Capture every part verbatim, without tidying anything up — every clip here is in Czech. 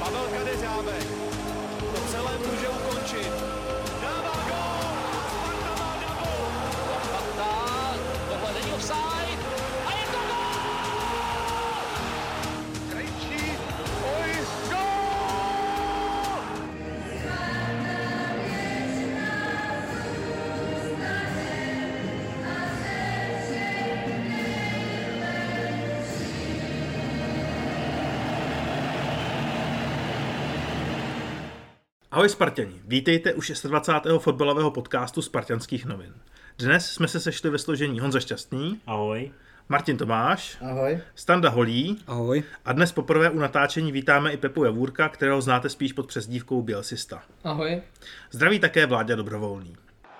Pavel Kadeřábek to celé může ukončit. Dává gól! Sparta má double! Sparta, tohle není offside a je to gól! Krejčí, oj, gól! Ahoj Sparťani, vítejte u dvacátého šestého fotbalového podcastu Spartanských novin. Dnes jsme se sešli ve složení Honza Šťastný. Ahoj. Martin Tomáš. Ahoj. Standa Holý. Ahoj. A dnes poprvé u natáčení vítáme i Pepu Javůrka, kterého znáte spíš pod přezdívkou Bělsista. Ahoj. Zdraví také Vláďa Dobrovolný.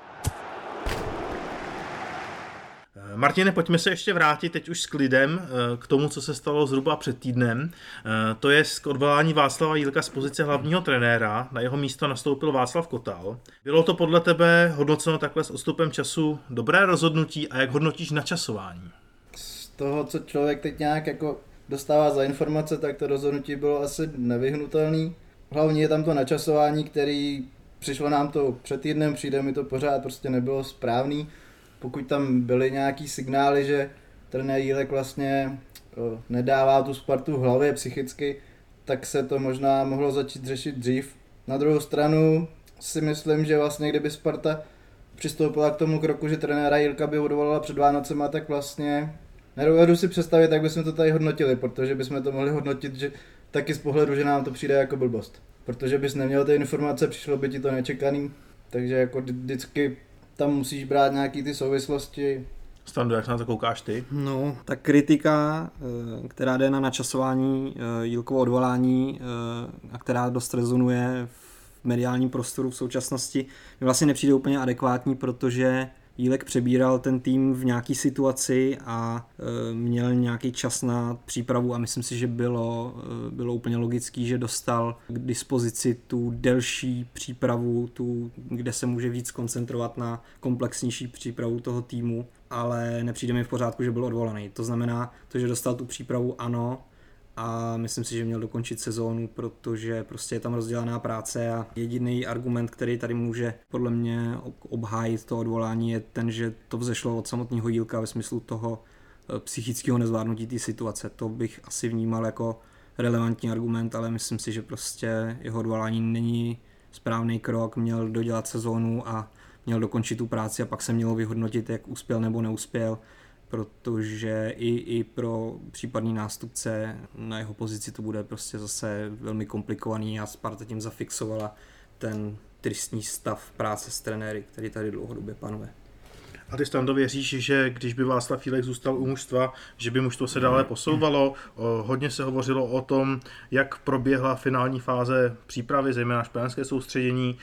Martine, pojďme se ještě vrátit teď už s klidem k tomu, co se stalo zhruba před týdnem. To je k odvolání Václava Jílka z pozice hlavního trenéra. Na jeho místo nastoupil Václav Kotal. Bylo to podle tebe hodnoceno takhle s odstupem času dobré rozhodnutí a jak hodnotíš načasování? Z toho, co člověk teď nějak jako dostává za informace, tak to rozhodnutí bylo asi nevyhnutelné. Hlavně je tam to načasování, který přišlo nám to před týdnem, přijde mi to pořád, prostě nebylo správný. Pokud tam byly nějaký signály, že trenér Jílek vlastně o, nedává tu Spartu v hlavě psychicky, tak se to možná mohlo začít řešit dřív. Na druhou stranu si myslím, že vlastně kdyby Sparta přistoupila k tomu kroku, že trenéra Jílka by odvolala před Vánocema, tak vlastně nedovedu si představit, jak bychom to tady hodnotili, protože bychom to mohli hodnotit, že taky z pohledu, že nám to přijde jako blbost. Protože bys neměl ty informace, přišlo by ti to nečekaný, takže jako vždycky tam musíš brát nějaký ty souvislosti. Stando, jak se na to koukáš ty? No, ta kritika, která jde na načasování Jílkovo odvolání a která dost rezonuje v mediálním prostoru v současnosti, mi vlastně nepřijde úplně adekvátní, protože Jílek přebíral ten tým v nějaký situaci a měl nějaký čas na přípravu a myslím si, že bylo, bylo úplně logický, že dostal k dispozici tu delší přípravu, tu, kde se může víc koncentrovat na komplexnější přípravu toho týmu, ale nepřijde mi v pořádku, že byl odvolaný. To znamená, to, že dostal tu přípravu, ano, a myslím si, že měl dokončit sezónu, protože prostě je tam rozdělaná práce a jediný argument, který tady může podle mě obhájit to odvolání, je ten, že to vzešlo od samotného Jílka ve smyslu toho psychického nezvládnutí té situace. To bych asi vnímal jako relevantní argument, ale myslím si, že prostě jeho odvolání není správný krok, měl dodělat sezónu a měl dokončit tu práci a pak se mělo vyhodnotit, jak uspěl nebo neuspěl, protože i, i pro případný nástupce na jeho pozici to bude prostě zase velmi komplikovaný a Sparta tím zafixovala ten tristní stav práce s trenéry, který tady dlouhodobě panuje. A ty, Stando, věříš, že když by Václav Jílek zůstal u mužstva, že by mužstvo se dále posouvalo? Hodně se hovořilo o tom, jak proběhla finální fáze přípravy, zejména španělské soustředění,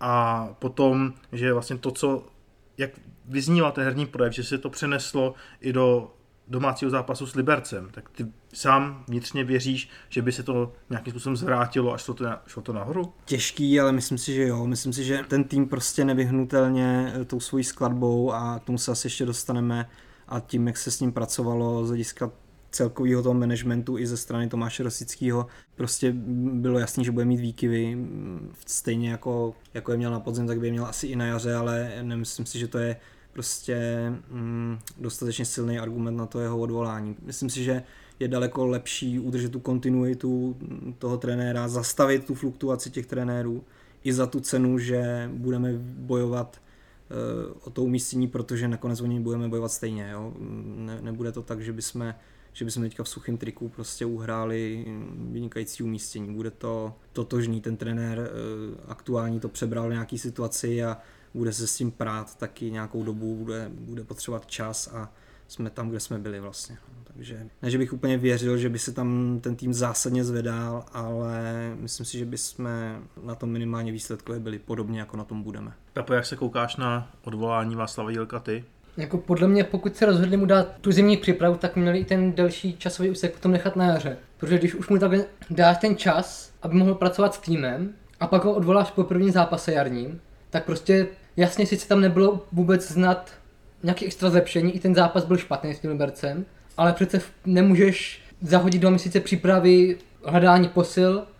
a potom, že vlastně to, co jak vyzníval ten herní projev, že se to přeneslo i do domácího zápasu s Libercem, tak ty sám vnitřně věříš, že by se to nějakým způsobem zvrátilo a šlo to, šlo to nahoru? Těžký, ale myslím si, že jo. Myslím si, že ten tým prostě nevyhnutelně tou svojí skladbou, a k tomu se asi ještě dostaneme, a tím, jak se s ním pracovalo z hlediska celkového toho managementu i ze strany Tomáše Rosického, prostě bylo jasný, že bude mít výkyvy, stejně jako, jako je měl na podzim, tak by je měl asi i na jaře, ale nemyslím si, že to je prostě mm, dostatečně silný argument na to jeho odvolání. Myslím si, že je daleko lepší udržet tu kontinuitu toho trenéra, zastavit tu fluktuaci těch trenérů i za tu cenu, že budeme bojovat uh, o to umístění, protože nakonec o něj budeme bojovat stejně. Jo? Ne, nebude to tak, že bychom že bychom teďka v suchém triku prostě uhráli vynikající umístění. Bude to totožný, ten trenér aktuální to přebral v nějaký situaci a bude se s tím prát taky nějakou dobu, bude, bude potřebovat čas a jsme tam, kde jsme byli vlastně. Takže ne, že bych úplně věřil, že by se tam ten tým zásadně zvedal, ale myslím si, že bychom na tom minimálně výsledkově byli podobně, jako na tom budeme. Pepo, jak se koukáš na odvolání Václava Jílka ty? Jako podle mě, pokud se rozhodli mu dát tu zimní přípravu, tak měli i ten delší časový úsek potom nechat na jaře. Protože když už mu takhle dáš ten čas, aby mohl pracovat s týmem, a pak ho odvoláš po první zápase jarním, tak prostě jasně sice tam nebylo vůbec znát nějaký extra zlepšení, i ten zápas byl špatný s tím Libercem, ale přece nemůžeš zahodit dva měsíce přípravy, hledání posil,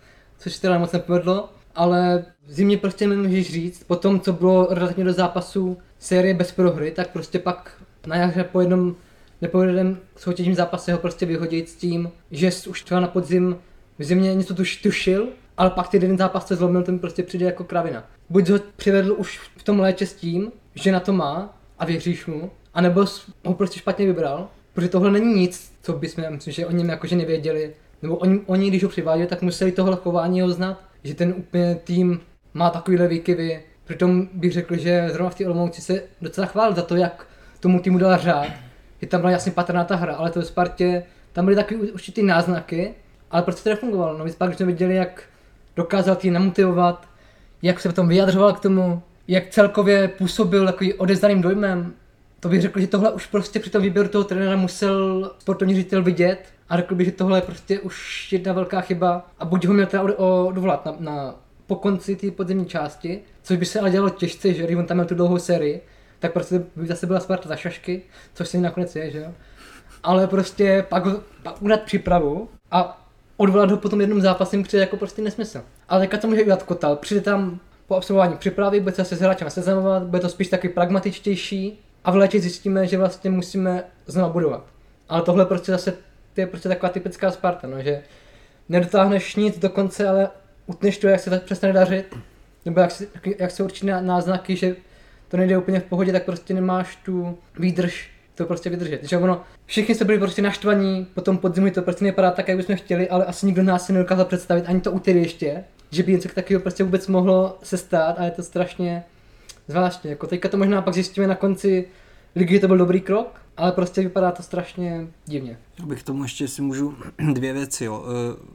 což se teda moc nepovedlo, ale v zimě prostě nemůžeš říct, po tom, co bylo relativně do zápasu série bez prohry, tak prostě pak na jaře po jednom nepovedeném soutěžním zápase ho prostě vyhodit s tím, že už třeba na podzim v zimě něco tuš, tušil, ale pak ty jeden zápas se zlomil, to mi prostě přijde jako kravina. Buď ho přivedl už v tom létě s tím, že na to má a věříš mu, anebo ho prostě špatně vybral, protože tohle není nic, co bychom, myslím, že o něm jakože nevěděli, nebo oni, oni když ho přiváděli, tak museli tohle chování ho znát, že ten úplně tým má takovýhle výkyvy. Přitom bych řekl, že zrovna v té Olomouci se docela chválil za to, jak tomu týmu dal řád, že tam byla jasně patrná ta hra, ale to v Spartě, tam byly takový určitý náznaky, ale prostě to nefungovalo. No, my pak jsme viděli, jak dokázal tým namotivovat, jak se potom vyjadřoval k tomu, jak celkově působil takový odevzdaným dojmem. To bych řekl, že tohle už prostě při tom výběru toho trenéra musel sportovní ředitel vidět a řekl bych, že tohle je prostě už jedna velká chyba a buď ho měl teda odvolat na, na po konci té podzimní části, což by se ale dělalo těžce, že když on tam měl tu dlouhou sérii, tak prostě by zase byla Sparta za šašky, což se nakonec je, že jo. Ale prostě pak, pak udělat přípravu a odvolat ho po tom jednom zápase mi přijde jako prostě nesmysl. Ale teďka to může udělat Kotal, přijde tam po absolvování přípravy, bude se zase s hráčem seznamovat, bude to spíš taky pragmatičtější a v létě zjistíme, že vlastně musíme znovu budovat. Ale tohle prostě zase to je prostě taková typická Sparta, no, že nedotáhneš nic do konce, ale utneš to, jak se to přestane dařit, nebo jak se, jak se určí náznaky, že to nejde úplně v pohodě, tak prostě nemáš tu výdrž to prostě vydržet. Takže ono, všichni jsme byli prostě naštvaní, potom podzimu to prostě nevypadá tak, jak bychom chtěli, ale asi nikdo nás si nedokázal představit, ani to úterý ještě, že by něco takového prostě vůbec mohlo se stát a je to strašně zvláštní. Jako teďka to možná pak zjistíme na konci ligy, že to byl dobrý krok, ale prostě vypadá to strašně divně. Abych tomu ještě si můžu dvě věci. Jo.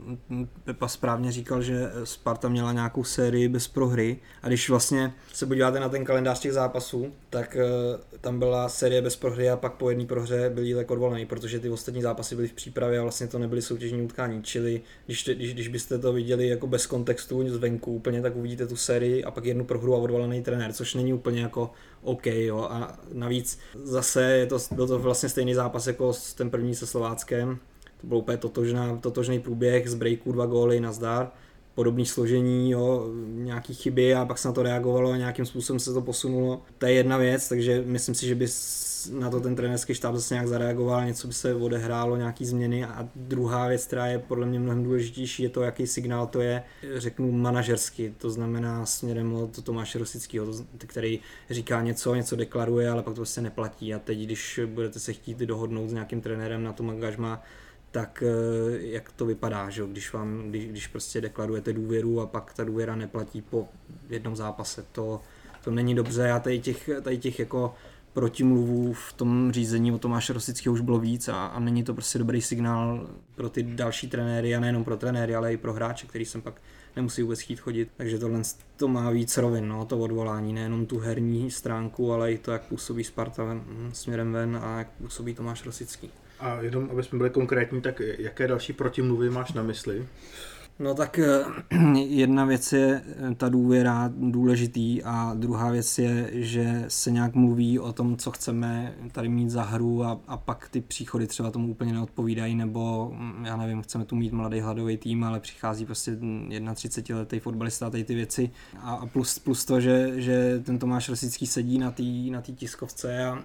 Pepa správně říkal, že Sparta měla nějakou sérii bez prohry a když vlastně se podíváte na ten kalendář těch zápasů, tak tam byla série bez prohry a pak po jedné prohře byl Jílek odvolaný, protože ty ostatní zápasy byly v přípravě a vlastně to nebyly soutěžní utkání. Čili když, když, když byste to viděli jako bez kontextu zvenku úplně, tak uvidíte tu sérii a pak jednu prohru a odvolaný trenér, což není úplně jako OK. Jo. A navíc zase je to, byl to vlastně stejný zápas jako ten první se Slováckem. To bylo úplně totožná, totožný průběh, z breaku dva góly, nazdar. Podobné složení, jo, nějaký chyby a pak se na to reagovalo a nějakým způsobem se to posunulo. To je jedna věc, takže myslím si, že by na to ten trenérský štáb zase nějak zareagoval, něco by se odehrálo, nějaký změny. A druhá věc, která je podle mě mnohem důležitější, je to, jaký signál to je, řeknu, manažersky. To znamená směrem od Tomáše Rosického, který říká něco, něco deklaruje, ale pak to prostě neplatí. A teď, když budete se chtít dohodnout s nějakým trenérem na tom angažmá, tak jak to vypadá, že? Když, vám, když, když prostě deklarujete důvěru a pak ta důvěra neplatí po jednom zápase, to, to není dobře a tady těch, tady těch jako protimluvů v tom řízení o Tomáše Rosického už bylo víc a, a není to prostě dobrý signál pro ty další trenéry a nejenom pro trenéry, ale i pro hráče, který sem pak nemusí vůbec chtít chodit. Takže tohle to má víc rovin, no, to odvolání, nejenom tu herní stránku, ale i to, jak působí Sparta ven, směrem ven a jak působí Tomáš Rosický. A jenom, aby jsme byli konkrétní, tak jaké další protimluvy máš na mysli? No tak jedna věc je ta důvěra důležitý a druhá věc je, že se nějak mluví o tom, co chceme tady mít za hru a, a pak ty příchody třeba tomu úplně neodpovídají, nebo já nevím, chceme tu mít mladý hladový tým, ale přichází prostě třicetiletý fotbalista a tady ty věci a plus, plus to, že, že ten Tomáš Rosický sedí na té na té tiskovce a,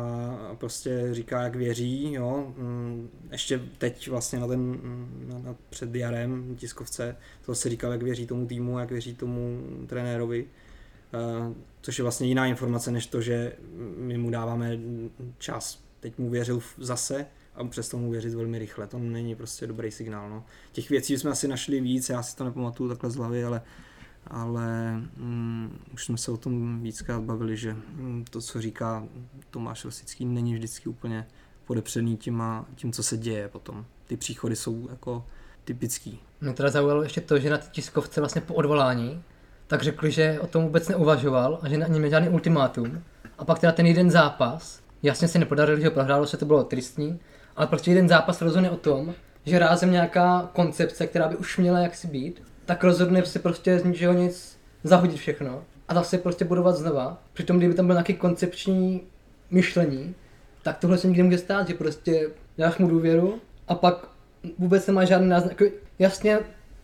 a prostě říká, jak věří, jo, ještě teď vlastně na ten na, na před jarem tiskovce to se říkal, jak věří tomu týmu, jak věří tomu trenérovi, uh, což je vlastně jiná informace, než to, že my mu dáváme čas. Teď mu věřil zase a přesto mu věřit velmi rychle. To není prostě dobrý signál. No. Těch věcí jsme asi našli víc, já si to nepamatuju takhle z hlavy, ale, ale um, už jsme se o tom víckrát bavili, že um, to, co říká Tomáš Rosický, není vždycky úplně podepřený tím, a, tím, co se děje potom. Ty příchody jsou jako typický. Mě teda zaujalo ještě to, že na té tiskovce vlastně po odvolání, tak řekli, že o tom vůbec neuvažoval a že na něm je žádný ultimátum. A pak teda ten jeden zápas, jasně se nepodařil, že ho prohrálo se, to bylo tristní, ale prostě jeden zápas rozhodne o tom, že rázem nějaká koncepce, která by už měla jaksi být, tak rozhodne si prostě z ničeho nic zahodit všechno a zase prostě budovat znova. Přitom kdyby tam byl nějaký koncepční myšlení, tak tohle se nikdy nemůže stát, že prostě dáš mu důvěru a pak vůbec nemá žádný náznak. Jasně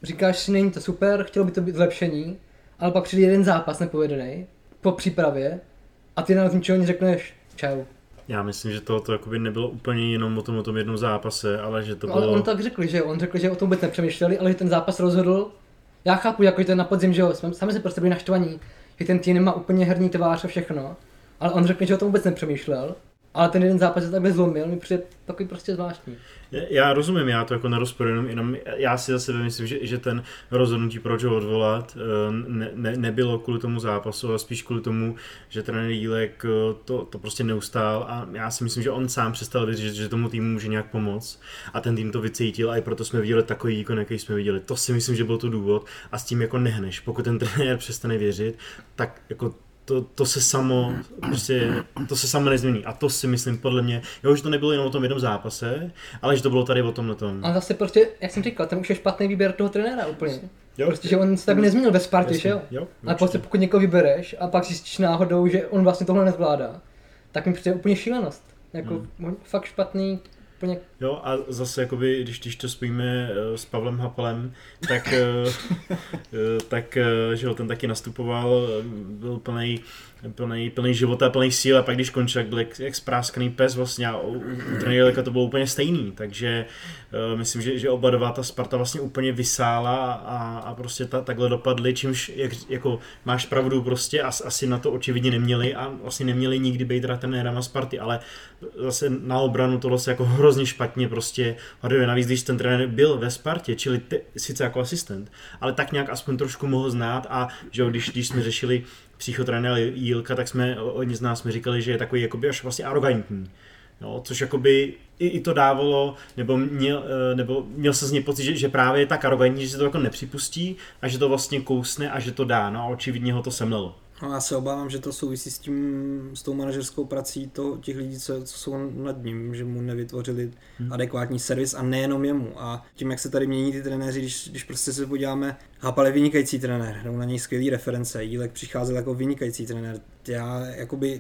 říkáš si, není to super, chtělo by to být zlepšení, ale pak přijde jeden zápas nepovedený po přípravě a ty nám z ničeho neřekneš čau. Já myslím, že tohoto jakoby nebylo úplně jenom o tom, o tom jednom zápase, ale že to No, bylo... ale on tak řekl, že jo, on řekl, že o tom vůbec nepřemýšleli, ale že ten zápas rozhodl. Já chápu, jako že to je na podzim, že jo, jsme sami se prostě byli naštvaní, že ten tým nemá úplně herní tvář a všechno, ale on řekl, že o tom vůbec nepřemýšlel. Ale ten jeden zápas se takhle zlomil, mi přijde takový prostě zvláštní. Já rozumím, já to jako nerozporuji, jenom, jenom já si za sebe myslím, že, že ten rozhodnutí, proč ho odvolat, ne, ne, nebylo kvůli tomu zápasu, ale spíš kvůli tomu, že trenér Jílek to, to prostě neustál a já si myslím, že on sám přestal věřit, že, že tomu týmu může nějak pomoct a ten tým to vycítil a i proto jsme viděli takový výkon, jaký jsme viděli. To si myslím, že byl to důvod a s tím jako nehneš. Pokud ten trenér přestane věřit, tak jako To, to se samo, prostě, to se samo nezmění a to si myslím podle mě, jo, že to nebylo jenom o tom jednom zápase, ale že to bylo tady o tomhle tom. A zase prostě, jak jsem říkal, ten už je špatný výběr toho trenéra úplně. Jo, prostě, že on se tak nezměnil ve Spartě, že jo? jo a prostě pokud někoho vybereš a pak zjistíš náhodou, že on vlastně tohle nezvládá, tak mi přijde úplně šílenost. Jako hmm. fakt špatný. Úplně... Jo a zase jakoby, když, když to spojíme uh, s Pavlem Hapalem, tak, uh, uh, tak uh, že ho ten taky nastupoval, byl plnej, plnej, plnej života, plnej síl a pak když končil, tak byl jak, jak spráskaný pes vlastně a u, u trenéra to bylo úplně stejný, takže uh, myslím, že, že oba dva ta Sparta vlastně úplně vysála a, a prostě ta, takhle dopadly, čímž jak, jako máš pravdu prostě as, asi na to očividně neměli a vlastně neměli nikdy být trenérama Sparty, ale zase na obranu tohle se jako hrozně špatně prostě hoduje. Navíc, když ten trenér byl ve Spartě, čili te, sice jako asistent, ale tak nějak aspoň trošku mohl znát a že když, když jsme řešili psychotrenéra Jílka, tak jsme, oni z nás jsme říkali, že je takový jakoby až vlastně arrogantní. Jo, což jakoby i, i to dávalo, nebo měl, nebo měl se z něj pocit, že, že právě je tak arrogantní, že se to jako nepřipustí a že to vlastně kousne a že to dá, no a očividně ho to semlelo. No, já se obávám, že to souvisí s tím, s tou manažerskou prací to, těch lidí, co, co jsou nad ním, že mu nevytvořili hmm. adekvátní servis a nejenom jemu. A tím, jak se tady mění ty trenéři, když, když prostě se podíváme, Hapal je vynikající trenér, jdou na něj skvělý reference, Jílek přicházel jako vynikající trenér. Já jakoby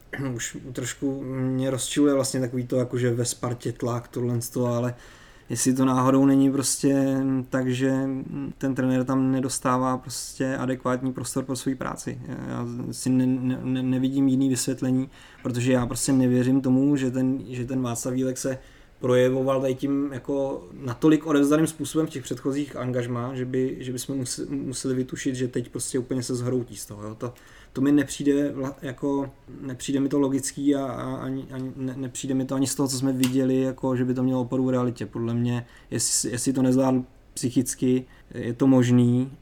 už trošku mě rozčiluje vlastně takový to, jakože ve Spartě tlak, tohle, ale jestli to náhodou není prostě tak, že ten trenér tam nedostává prostě adekvátní prostor pro svou práci. Já si ne, ne, nevidím jiný vysvětlení, protože já prostě nevěřím tomu, že ten, že ten Václav Jílek se projevoval tady tím jako natolik odevzdaným způsobem v těch předchozích angažmá, že by, že bychom museli, museli vytušit, že teď prostě úplně se zhroutí z toho. Jo. To, to mi nepřijde jako, nepřijde mi to logický a, a ani, ani ne, nepřijde mi to ani z toho, co jsme viděli, jako, že by to mělo oporu v realitě. Podle mě, jestli, jestli to nezvládl psychicky, je to možný,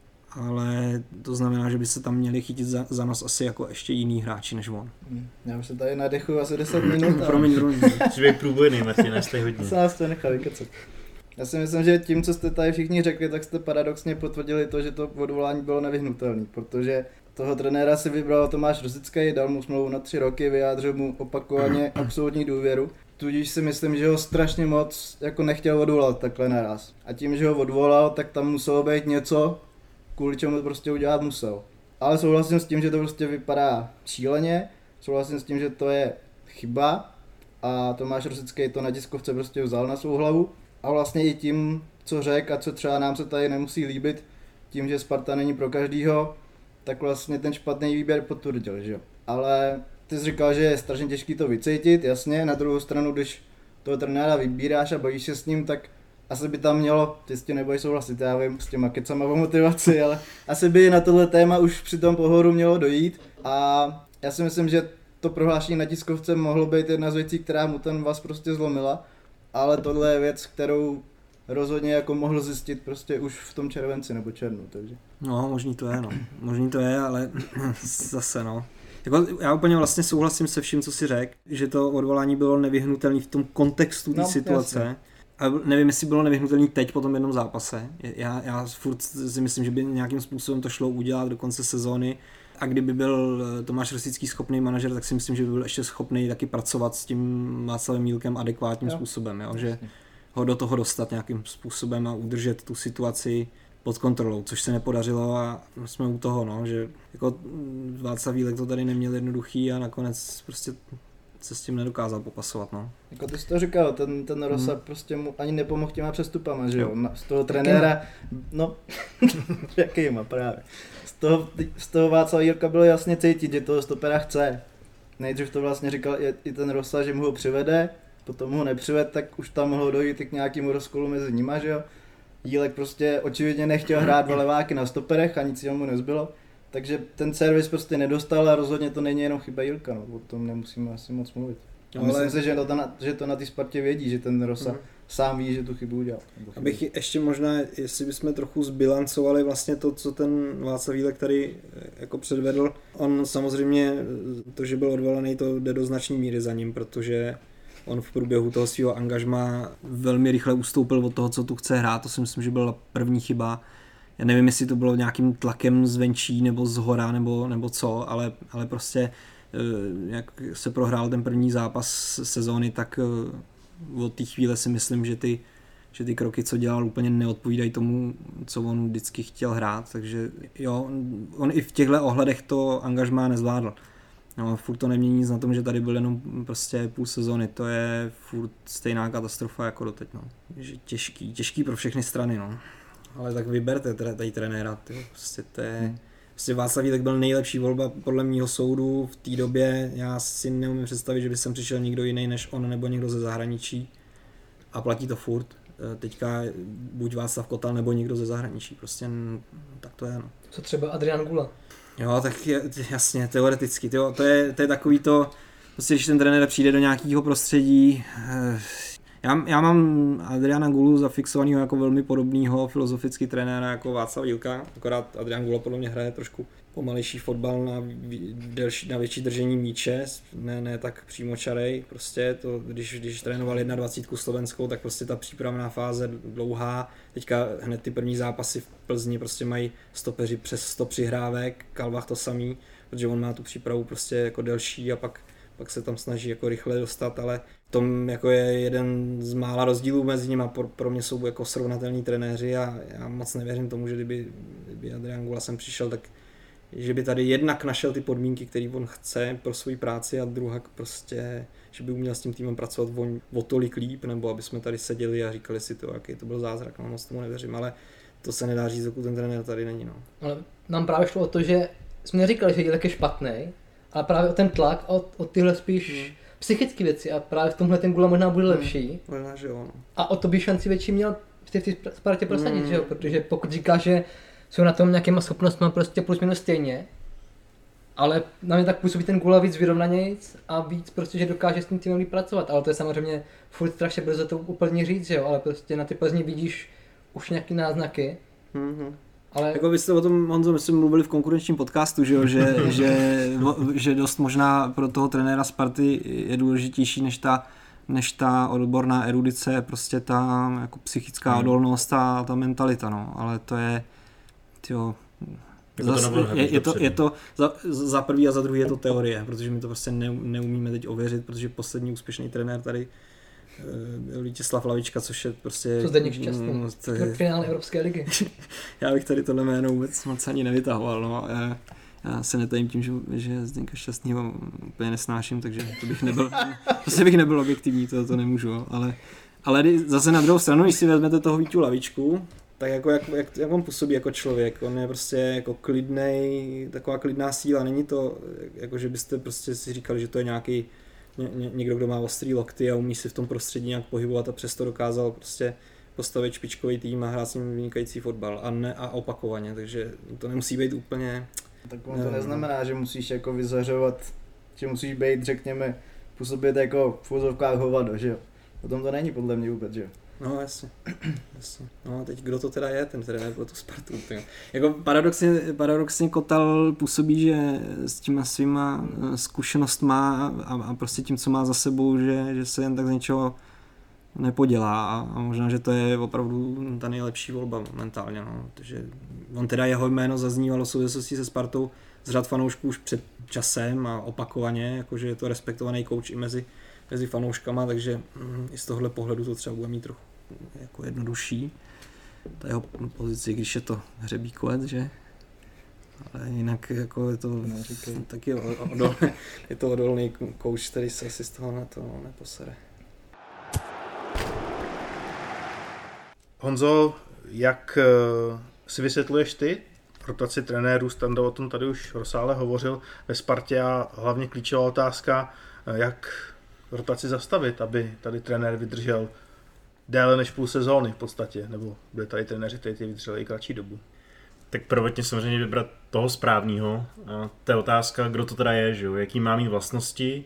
ale to znamená, že by se tam měli chytit za, za nos asi jako ještě jiný hráči než on. Já už se tady nadechuju asi deset minut. Promiň, promiň. Jsi byl průbojný, Martina, jste hodně. Se nás to nechal vykecat. Já si myslím, že tím, co jste tady všichni řekli, tak jste paradoxně potvrdili to, že to odvolání bylo nevyhnutelné, protože toho trenéra si vybral Tomáš Rosický, dal mu smlouvu na tři roky, vyjádřil mu opakovaně absolutní důvěru. Tudíž si myslím, že ho strašně moc jako nechtěl odvolat takhle naraz. A tím, že ho odvolal, tak tam muselo být něco, kvůli čemu to prostě udělat musel. Ale souhlasím s tím, že to prostě vypadá šíleně, souhlasím s tím, že to je chyba a Tomáš Rosický to na tiskovce prostě vzal na svou hlavu. A vlastně i tím, co řekl a co třeba nám se tady nemusí líbit, tím, že Sparta není pro každýho, tak vlastně ten špatný výběr potvrdil, že jo. Ale ty jsi říkal, že je strašně těžký to vycítit, jasně, na druhou stranu, když toho trenéra vybíráš a bavíš se s ním, tak asi by tam mělo, ty s tím nebudeš souhlasit, já vím, s těma kecama o motivaci, ale asi by na tohle téma už při tom pohovoru mělo dojít a já si myslím, že to prohlášení na tiskovce mohlo být jedna z věcí, která mu ten vaz prostě zlomila, ale tohle je věc, kterou rozhodně jako mohl zjistit prostě už v tom červenci nebo červnu, takže. No, možný to je, no. Možný to je, ale zase, no. Jako, já úplně vlastně souhlasím se vším, co jsi řekl, že to odvolání bylo nevyhnutelné v tom kontextu té no, situace. Jasně. A nevím, jestli bylo nevyhnutelné teď po tom jednom zápase. Já, já furt si myslím, že by nějakým způsobem to šlo udělat do konce sezóny. A kdyby byl Tomáš Rosický schopný manažer, tak si myslím, že by byl ještě schopný taky pracovat s tím Václavem Jílkem adekvátním jo. způsobem. Jo? Že ho do toho dostat nějakým způsobem a udržet tu situaci pod kontrolou, což se nepodařilo a jsme u toho, no, že jako Václav Jílek to tady neměl jednoduchý a nakonec prostě se s tím nedokázal popasovat, no. Jako ty jsi to říkal, ten, ten Rosa Hmm. prostě mu ani nepomohl těma přestupama, že jo? Jo. Na- Z toho trenéra, no, jakýma právě. Z toho, z toho Václava Jílka bylo jasně cítit, že toho stopera chce. Nejdřív to vlastně říkal i, i ten Rosa, že mu ho přivede, potom ho nepřived, tak už tam mohlo dojít i k nějakému rozkolu mezi nima, že jo? Jílek prostě očividně nechtěl hrát dva leváky na stoperech a nic mu nezbylo. Takže ten servis prostě nedostal a rozhodně to není jenom chyba Jílka, no, o tom nemusíme asi moc mluvit. A myslím Ale- si, že to, na, že to na té Spartě vědí, že ten Rosa Mhm. sám ví, že tu chybu udělal. Nebo chybu. Abych ještě možná, jestli bychom trochu zbilancovali vlastně to, co ten Václav Jílek tady eh, jako předvedl. On samozřejmě, eh, to, že byl odvolaný, to jde do značné míry za ním, protože on v průběhu toho svého angažma velmi rychle ustoupil od toho, co tu chce hrát. To si myslím, že byla první chyba. Já nevím, jestli to bylo nějakým tlakem zvenčí nebo zhora nebo, nebo co, ale, ale prostě eh, jak se prohrál ten první zápas sezóny, tak eh, od té chvíle si myslím, že ty, že ty kroky, co dělal, úplně neodpovídají tomu, co on vždycky chtěl hrát, takže jo, on i v těchto ohledech to angažmá nezvládl. No, furt to nemění nic na tom, že tady byl jenom prostě půl sezóny, to je furt stejná katastrofa jako doteď, no. Že těžký, těžký pro všechny strany, no. Ale tak vyberte tady trenéra, tyjo. Prostě to je... Prostě Václav Jílek byl nejlepší volba podle mýho soudu v té době. Já si neumím představit, že by sem přišel někdo jiný než on nebo někdo ze zahraničí. A platí to furt. Teďka buď Václav Kotal nebo někdo ze zahraničí. Prostě n- tak to je, no. Co třeba Adrian Gula. Jo, tak je, jasně, teoreticky. Tyjo, to, je, to je takový to, prostě když ten trenér přijde do nějakého prostředí, eh, já, já mám Adriana Gulu zafixovaného jako velmi podobného filozoficky trenéra jako Václav Jílka, akorát Adrian Gula podle mě hraje trošku pomalejší fotbal na, delší, na větší držení míče, ne, ne tak přímočarej, prostě to, když, když trénoval dvacet jedna slovenskou, tak prostě ta přípravná fáze dlouhá, teďka hned ty první zápasy v Plzni prostě mají stopeři přes sto přihrávek, Kalvach to samý, protože on má tu přípravu prostě jako delší a pak pak se tam snaží jako rychle dostat, ale v tom jako je jeden z mála rozdílů mezi nimi. Pro, pro mě jsou jako srovnatelní trenéři a já moc nevěřím tomu, že kdyby, kdyby Adrian Gula sem přišel, tak že by tady jednak našel ty podmínky, které on chce pro svou práci a druhak prostě, že by uměl s tím týmem pracovat o, o tolik líp, nebo aby jsme tady seděli a říkali si to, jaký to byl zázrak, no moc tomu nevěřím, ale to se nedá říct, dokud ten trenér tady není, no. Ale nám právě šlo o to, že jsme neříkali, že Jílek je špatný, ale právě o ten tlak a o, o tyhle spíš hmm. psychické věci a právě v tomhle ten Gula možná bude lepší. Možná, že jo, no. A o to by šanci větší měl v té Spartě prosadit, Mm. že jo? Protože pokud říká, že jsou na tom nějakýma schopnostmi prostě plus minus stejně, ale na mě tak působí ten Gula víc vyrovnanějc a víc prostě, že dokáže s tím týmem líp pracovat, ale to je samozřejmě furt strašně brzo to úplně říct, že jo? Ale prostě na ty Plzni vidíš už nějaký náznaky, Mm-hmm. ale Jako byste o tom, Honzo, myslím, mluvili v konkurenčním podcastu, že, jo? že, že, že dost možná pro toho trenéra Sparty je důležitější než ta, než ta odborná erudice, prostě ta jako psychická Hmm. odolnost a ta mentalita, no. Ale to je, tyjo, Jako to zas, nebylo je, je to, dopředu. je to za, za prvý a za druhý je to teorie, protože my to prostě ne, neumíme teď ověřit, protože poslední úspěšný trenér tady byl Vítězslav Lavička, což je prostě... co Zdeněk Šťastný, mm, to je- v finále Evropské ligy. já bych tady tohle jméno vůbec moc ani nevytahoval, no. Já, já se netajím tím, že, že Zdenka Šťastnýho úplně nesnáším, takže to bych nebyl, zase bych nebyl objektivní, to, to nemůžu, jo. ale, ale zase na druhou stranu, když si vezmete toho Víťu Lavičku, tak jako jak, jak, jak on působí jako člověk, on je prostě jako klidnej, taková klidná síla, není to, jako že byste prostě si říkali, že to je nějaký ně, ně, někdo, kdo má ostrý lokty a umí si v tom prostředí nějak pohybovat a přesto dokázal prostě postavit špičkový tým a hrát s ním vynikající fotbal a, ne, a opakovaně, takže to nemusí být úplně... Tak on to neznamená, že musíš jako vyzařovat, že musíš být, řekněme, působit jako v úzovkách hovado, že jo. O tom to není podle mě vůbec, že jo. No jasně, jasně. No a teď kdo to teda je, ten trenér pro tu Spartu? Tyjo. Jako paradoxně, paradoxně Kotal působí, že s těma svýma zkušenostma a, a prostě tím, co má za sebou, že, že se jen tak z něčeho nepodělá a, a možná, že to je opravdu ta nejlepší volba momentálně, no. Takže on teda jeho jméno zaznívalo v souvislosti se Spartou z řad fanoušků už před časem a opakovaně, jakože je to respektovaný kouč i mezi, mezi fanouškama, takže mm, i z tohle pohledu to třeba bude mít trochu jako jednodušší, ta jeho pozici, když je to hřebíkovec, že? Ale jinak jako je to taky odolný, je to odolný kouč, který se asi z toho na to neposere. Honzo, jak si vysvětluješ ty rotaci trenérů? Standa o tom tady už rozsáhle hovořil ve Spartě a hlavně klíčová otázka, jak rotaci zastavit, aby tady trenér vydržel déle než půl sezóny v podstatě, nebo byli tady trenéři, kteří ty vydrželi i kratší dobu. Tak prvotně samozřejmě vybrat toho správného. A to je otázka, kdo to teda je, že jo? Jaký má mít vlastnosti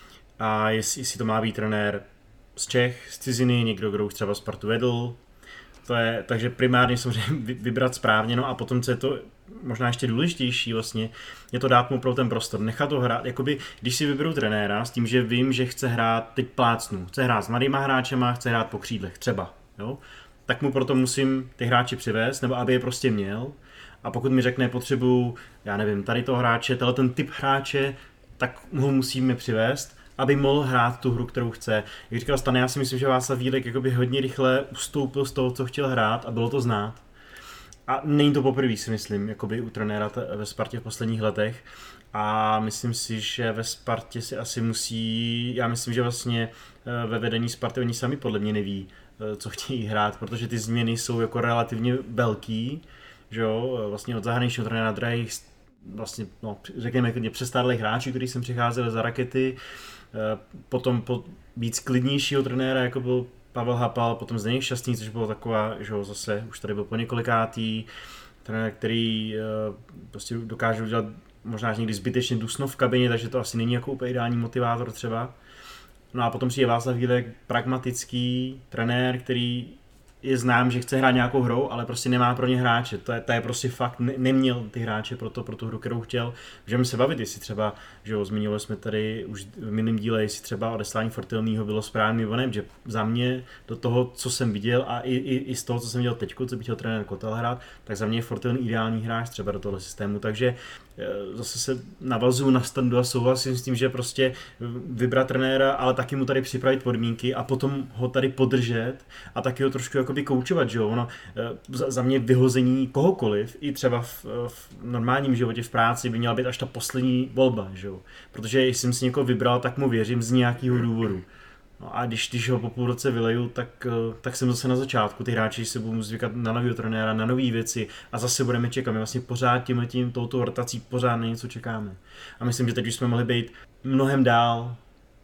a jestli, jestli to má být trenér z Čech, z ciziny, někdo, kdo už třeba Spartu vedl. To je, takže primárně samozřejmě vybrat správně, no a potom, co je to možná ještě důležitější vlastně, je to dát mu pro ten prostor, nechat to hrát, jakoby, když si vyberu trenéra s tím, že vím, že chce hrát, teď plácnu, chce hrát s mladýma hráčema, chce hrát po křídlech, třeba, jo, tak mu proto musím ty hráči přivést, nebo aby je prostě měl, a pokud mi řekne, potřebuju, já nevím, tady toho hráče, tenhle ten typ hráče, tak ho musíme přivést, aby mohl hrát tu hru, kterou chce. Jak říkal Stan, já si myslím, že Václav Vílek jakoby hodně rychle ustoupil z toho, co chtěl hrát a bylo to znát. A není to poprvé, si myslím, jakoby u trenéra ve Spartě v posledních letech. A myslím si, že ve Spartě si asi musí, já myslím, že vlastně ve vedení Sparty oni sami podle mě neví, co chtějí hrát, protože ty změny jsou jako relativně velký, že jo, vlastně od zahraničního trenéra drahých, vlastně, no, řekněme, klidně přestárlých hráčů, kteří sem přicházeli za Rakety, potom po víc klidnějšího trenéra, jako byl Pavel Hapal, potom Zdeněk Šťastný, což bylo taková, že jo, zase už tady byl po několikátý, trenér, který prostě dokáže udělat možná někdy zbytečně dusno v kabině, takže to asi není jako úplně ideální motivátor třeba. No a potom přijde Václav Vílek, pragmatický trenér, který je znám, že chce hrát nějakou hrou, ale prostě nemá pro ně hráče. To je, to je prostě fakt, ne, neměl ty hráče pro, to, pro tu hru, kterou chtěl. Můžeme se bavit, jestli třeba, že jo, zmiňovali jsme tady už v minulém díle, jestli třeba odeslání Fortelního bylo správným vonem, že za mě do toho, co jsem viděl a i, i, i z toho, co jsem viděl teďko, co by chtěl trenér Kotel hrát, tak za mě je Fortelný ideální hráč třeba do tohle systému, takže zase se navazuju na Standu a souhlasím s tím, že prostě vybrat trenéra, ale taky mu tady připravit podmínky a potom ho tady podržet a taky ho trošku jakoby koučovat, že jo, ono za, za mě vyhození kohokoliv, i třeba v, v normálním životě, v práci by měla být až ta poslední volba, že jo, protože jestli jsem si někoho vybral, tak mu věřím z nějakého důvodu. No a když, když ho po půl roce vyleju, tak, tak jsem zase na začátku. Ty hráči se budou zvykat na nového trenéra, na nové věci a zase budeme čekat. My vlastně pořád tím, tím touto rotací pořád na něco čekáme. A myslím, že teď už jsme mohli být mnohem dál,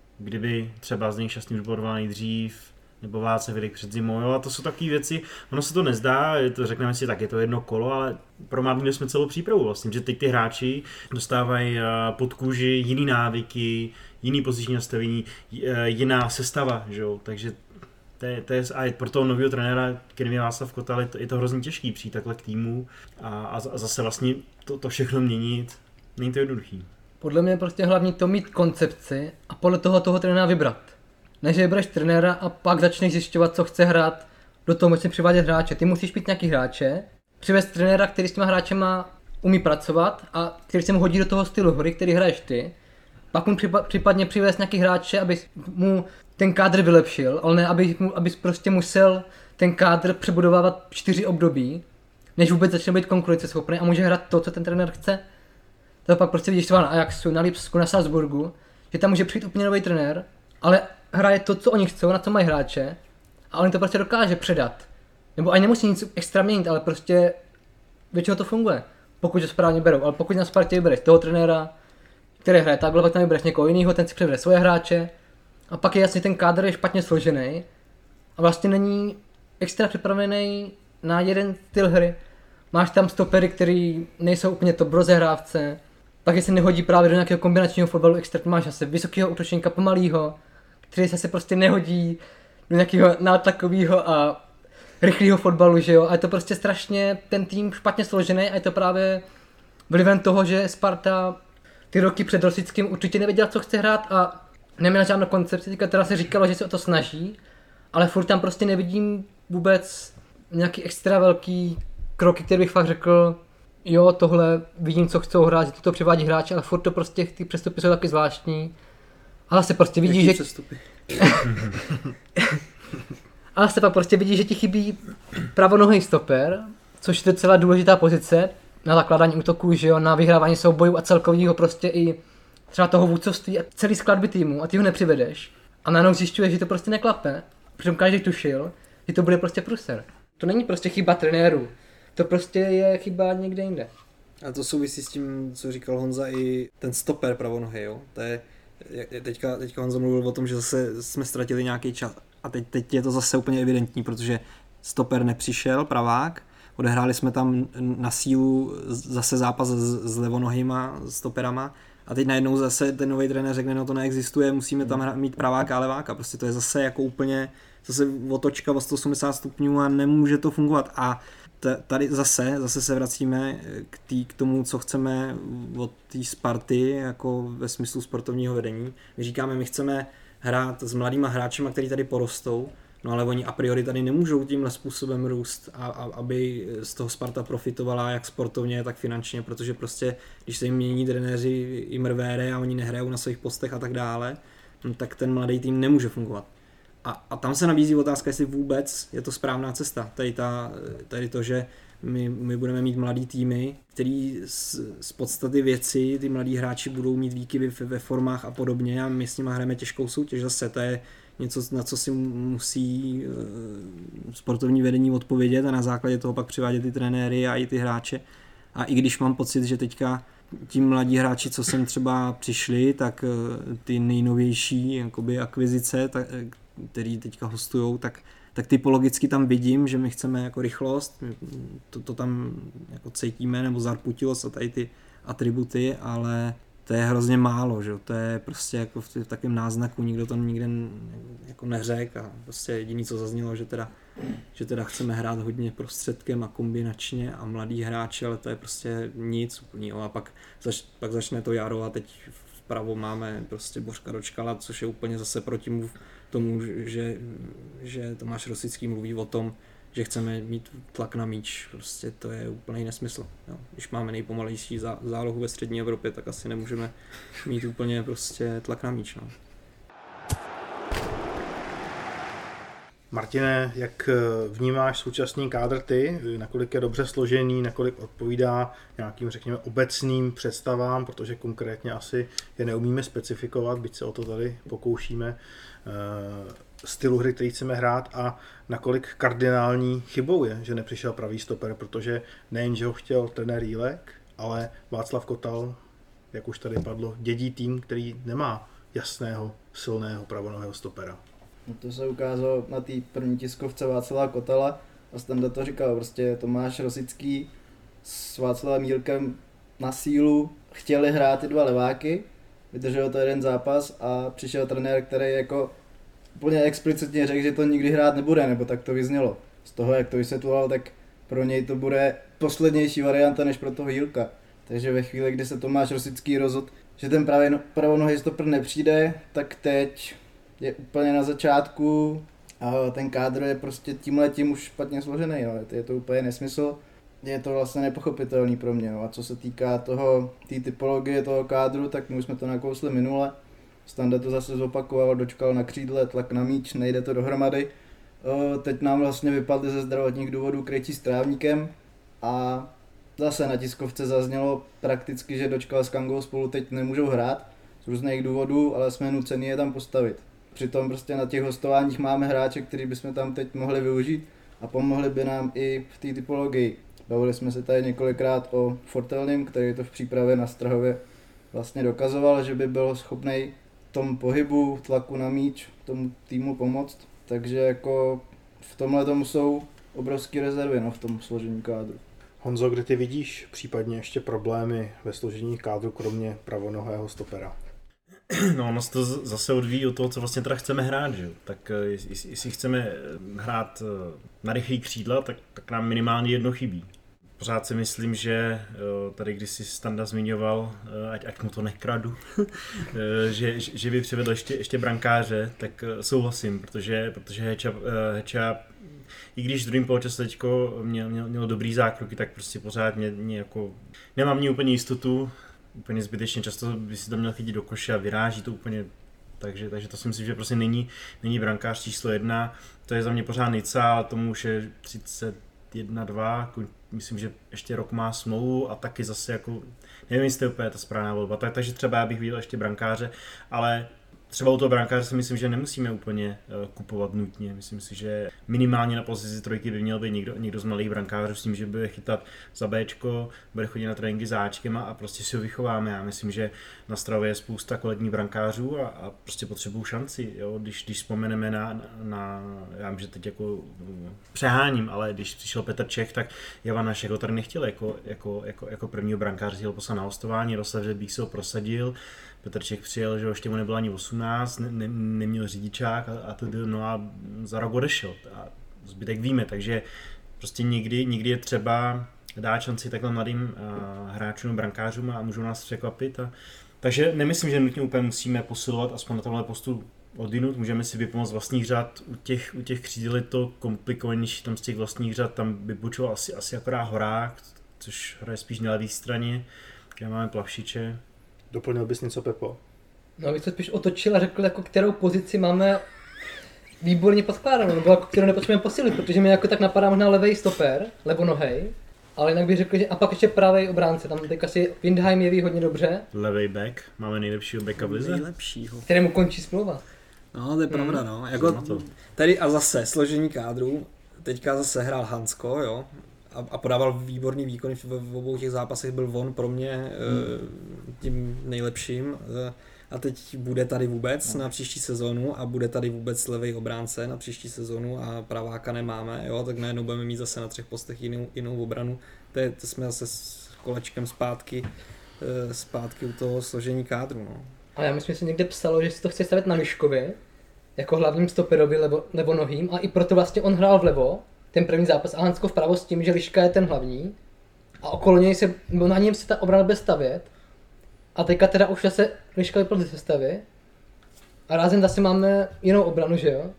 kdyby třeba Zdeněk Šťastný už byl odvolaný dřív, nebo Václav Vílek před zimou, jo, a to jsou takové věci, ono se to nezdá, je to, řekneme si, tak je to jedno kolo, ale promávili jsme celou přípravu vlastně, že teď ty hráči dostávají pod kůži jiný návyky, jiný poziční nastavení, jiná sestava, že jo, takže to je, to je, a pro toho nového trenéra, kterým je Václav Kotal, je to, je to hrozně těžký přijít takhle k týmu a, a zase vlastně to, to všechno měnit, není to jednoduchý. Podle mě je prostě hlavní to mít koncepci a podle toho toho trenéra vybrat. Než vybereš trenéra a pak začneš zjišťovat, co chce hrát, do toho musíš přivádět hráče. Ty musíš mít nějaký hráče, přivést trenéra, který s těma hráčema umí pracovat a který se mu hodí do toho stylu hry, který hraješ ty. Pak mu případně přivést nějaký hráče, aby mu ten kádr vylepšil, ale ne, aby mu, abys prostě musel ten kádr přebudovávat čtyři období, než vůbec začne být konkurenceschopný a může hrát to, co ten trenér chce. To pak prostě vidíš třeba na Ajaxu, na Lipsku, na Salzburgu, že tam může přijít úplně nový trenér, ale hraje to, co oni chcou, na co mají hráče a on to prostě dokáže předat. Nebo ani nemusí nic extra měnit, ale prostě většinou to funguje, pokud to správně berou. Ale pokud na Spartě vybereš toho trenéra, který hraje takhle, pak tam vybereš někoho jiného, ten si převede svoje hráče a pak je jasně ten kádr je špatně složený a vlastně není extra připravený na jeden styl hry. Máš tam stopery, který nejsou úplně top rozehrávce, pak se nehodí právě do nějakého kombinačního fotbalu extra, máš asi vysokého útočníka pomalýho, který se prostě nehodí do nějakého nátlakového a rychlého fotbalu, že jo, a je to prostě strašně ten tým špatně složený a je to právě vlivem toho, že Sparta ty roky před Rosickým určitě nevěděla, co chce hrát a neměla žádnou koncepci, teda se říkalo, že se o to snaží, ale furt tam prostě nevidím vůbec nějaký extra velký kroky, který bych fakt řekl, jo, tohle vidím, co chcou hrát, že to přivádí hráče, ale furt to prostě, ty přestupy jsou taky zvláštní. Ale se prostě vidí, že... ale se pak prostě vidí, že ti chybí pravonohý stoper, což je docela důležitá pozice. na zakládání útoků, že jo, na vyhrávání soubojů a celkovýho prostě i třeba toho vůdcovství a celý skladby týmu a ty ho nepřivedeš. A najednou zjišťuješ, že to prostě neklape, protože každý tušil, že to bude prostě průser. To není prostě chyba trenéru, to prostě je chyba někde jinde. A to souvisí s tím, co říkal Honza, i ten stoper pravonohy, jo. To je, teďka, teďka Honza mluvil o tom, že zase jsme ztratili nějaký čas. A teď, teď je to zase úplně evidentní, protože stoper nepřišel, pravák, odehráli jsme tam na sílu zase zápas s, s levonohýma stoperama a teď najednou zase ten nový trenér řekne, no to neexistuje, musíme tam mít praváka a leváka. Prostě to je zase jako úplně zase otočka o sto osmdesát stupňů a nemůže to fungovat. A t- tady zase, zase se vracíme k, tý, k tomu, co chceme od té Sparty, jako ve smyslu sportovního vedení. My říkáme, my chceme hrát s mladýma hráčima, kteří tady porostou, no ale oni a priori tady nemůžou tímhle způsobem růst, a, a, aby z toho Sparta profitovala jak sportovně, tak finančně, protože prostě, když se jim mění trenéři i mrvére a oni nehrajou na svých postech a tak dále, no, tak ten mladý tým nemůže fungovat. A, a tam se nabízí otázka, jestli vůbec je to správná cesta. Tady, ta, tady to, že my, my budeme mít mladý týmy, který z, z podstaty věci, ty mladí hráči budou mít výkyvy ve, ve formách a podobně a my s nimi hrajeme těžkou soutěž. Zase to je něco, na co si musí uh, sportovní vedení odpovědět a na základě toho pak přivádět ty trenéry a i ty hráče. A i když mám pocit, že teďka ti mladí hráči, co sem třeba přišli, tak uh, ty nejnovější jakoby akvizice, tak, který teďka hostujou, tak, tak typologicky tam vidím, že my chceme jako rychlost, to, to tam jako cítíme, nebo zarputilost a tady ty atributy, ale to je hrozně málo, že? To je prostě jako v, v takovém náznaku, nikdo to nikde jako neřekl a prostě jediný, co zaznělo, že teda, že teda chceme hrát hodně prostředkem a kombinačně a mladý hráči, ale to je prostě nic úplného a pak, zač, pak začne to jaro a teď vpravo máme prostě Božka Dočkala, což je úplně zase proti tomu, že, že Tomáš Rosický mluví o tom, že chceme mít tlak na míč, prostě to je úplný nesmysl. Jo. Když máme nejpomalejší zálohu ve střední Evropě, tak asi nemůžeme mít úplně prostě tlak na míč. No. Martine, jak vnímáš současný kádr ty, nakolik je dobře složený, nakolik odpovídá nějakým, řekněme, obecným představám, protože konkrétně asi je neumíme specifikovat, byť se o to tady pokoušíme, stylu hry, který chceme hrát a nakolik kardinální chybou je, že nepřišel pravý stoper, protože nejen, že ho chtěl trenér Jílek, ale Václav Kotal, jak už tady padlo, dědí tým, který nemá jasného, silného pravonohého stopera. No to se ukázalo na té první tiskovce Václava Kotala a Standa to říkal, prostě Tomáš Rosický s Václavem Jílkem na sílu chtěli hrát ty dva leváky, vydržel to jeden zápas a přišel trenér, který jako úplně explicitně řekl, že to nikdy hrát nebude, nebo tak to vyznělo. Z toho, jak to vysvětloval, tak pro něj to bude poslednější varianta než pro toho Jílka. Takže ve chvíli, kdy se Tomáš Rosický rozhodl, že ten pravonohý stoper nepřijde, tak teď je úplně na začátku a ten kádr je prostě tímhletím už špatně složený, no. Je to úplně nesmysl. Je to vlastně nepochopitelný pro mě. No. A co se týká toho, té typologie toho kádru, tak my už jsme to nakousli minule. Standa to zase zopakoval, Dočkal na křídle, tlak na míč, nejde to dohromady. Teď nám vlastně vypadly ze zdravotních důvodů Krejčí s Trávníkem a zase na tiskovce zaznělo prakticky, že Dočkal s Kangou spolu teď nemůžou hrát z různých důvodů, ale jsme nuceni je tam postavit. Přitom prostě na těch hostováních máme hráče, který bychom tam teď mohli využít a pomohli by nám i v té typologii. Bavili jsme se tady několikrát o Fortelním, který to v přípravě na Strahově vlastně dokazoval, že by byl schopný tom pohybu, tlaku na míč, tomu týmu pomoct. Takže jako v tomhle tomu jsou obrovské rezervy, no, v tom složení kádru. Honzo, kde ty vidíš případně ještě problémy ve složení kádru, kromě pravonohého stopera? No, ono se to zase odvíjí od toho, co vlastně teda chceme hrát, že? Tak jestli chceme hrát na rychlý křídla, tak, tak nám minimálně jedno chybí. Pořád si myslím, že tady když si Standa zmiňoval, ať, ať mu to nekradu, že, že by přivedl ještě, ještě brankáře, tak souhlasím, protože, protože Heča, Heča i když v druhém poločase teďko měl, měl, měl dobrý zákroky, tak prostě pořád mě, mě jako, nemám mě úplně jistotu, úplně zbytečně často by si to měl chytit do koše a vyráží to úplně, takže, takže to si myslím, že prostě není, není brankář číslo jedna, to je za mě pořád Nica, ale tomu už je třicet jedna dva, myslím, že ještě rok má smlouvu a taky zase jako, nevím, jestli to je úplně ta správná volba, tak, takže třeba já bych viděl ještě brankáře, ale třeba u toho brankáře si myslím, že nemusíme úplně uh, kupovat nutně. Myslím si, že minimálně na pozici trojky by měl být někdo, někdo z malých brankářů s tím, že bude chytat za Bčko, bude chodit na tréninky s Ačkem a, a prostě si ho vychováme. Já myslím, že na Stravě je spousta kvalitních brankářů a, a prostě potřebují šanci. Jo? Když, když vzpomeneme na, na, na, já vím, že teď jako uh, přeháním, ale když přišel Petr Čech, tak Jan Hašek ho tady nechtěl jako, jako, jako, jako prvního brankáře, chtěl poslat na hostování, Roslav Řebík se ho prosadil. Petr Čech přijel, že ještě mu nebylo ani osmnáct, ne, ne, neměl řidičák a, a to, no a za rok odešel a zbytek víme, takže prostě někdy, někdy je třeba dát šanci takhle mladým uh, hráčům, brankářům a můžou nás překvapit. A, takže nemyslím, že nutně úplně musíme posilovat aspoň na tomhle postu odinut, můžeme si vypomoct vlastních řad, u těch, u těch křídel je to komplikovanější, tam z těch vlastních řad, tam by bučoval asi, asi akorát Horák, což hraje spíš na levé straně, kde máme Plavšiče. Doplnil bys něco, Pepo? No, bych to spíš otočil a řekl, jako kterou pozici máme výborně poskládanou, nebo jako kterou nepotřebujeme posílit, protože mi jako tak napadá možná levej stoper, levonohej, ale jinak bych řekl, že a pak ještě pravej obránce, tam teď asi Windheim jeví hodně dobře. Levej back, máme nejlepšího backa v lize. Nejlepšího. Kterému končí smlouva. No, to je pravda, no. Co Jako, na to? tady a zase složení kádru, teďka zase hrál Hansko, jo, a, a podával výborný výkon v, v obou těch zápasech, byl on pro mě hmm. tím nejlepším. A teď bude tady vůbec na příští sezónu a bude tady vůbec levej obránce na příští sezónu a praváka nemáme, jo, tak najednou budeme mít zase na třech postech jinou, jinou obranu. To, je, to jsme zase s kolečkem zpátky, zpátky u toho složení kádru, no. Ale já myslím, že se někde psalo, že si to chce stavět na Liškovi, jako hlavním stoperovi levo, levonohým a i proto vlastně on hrál vlevo, ten první zápas a Hansko vpravo s tím, že Liška je ten hlavní a okolo něj se, na něm se ta obrana bude stavět a teďka teda už zase Liška vypadl ze sestavy a rázem zase máme jinou obranu, že jo?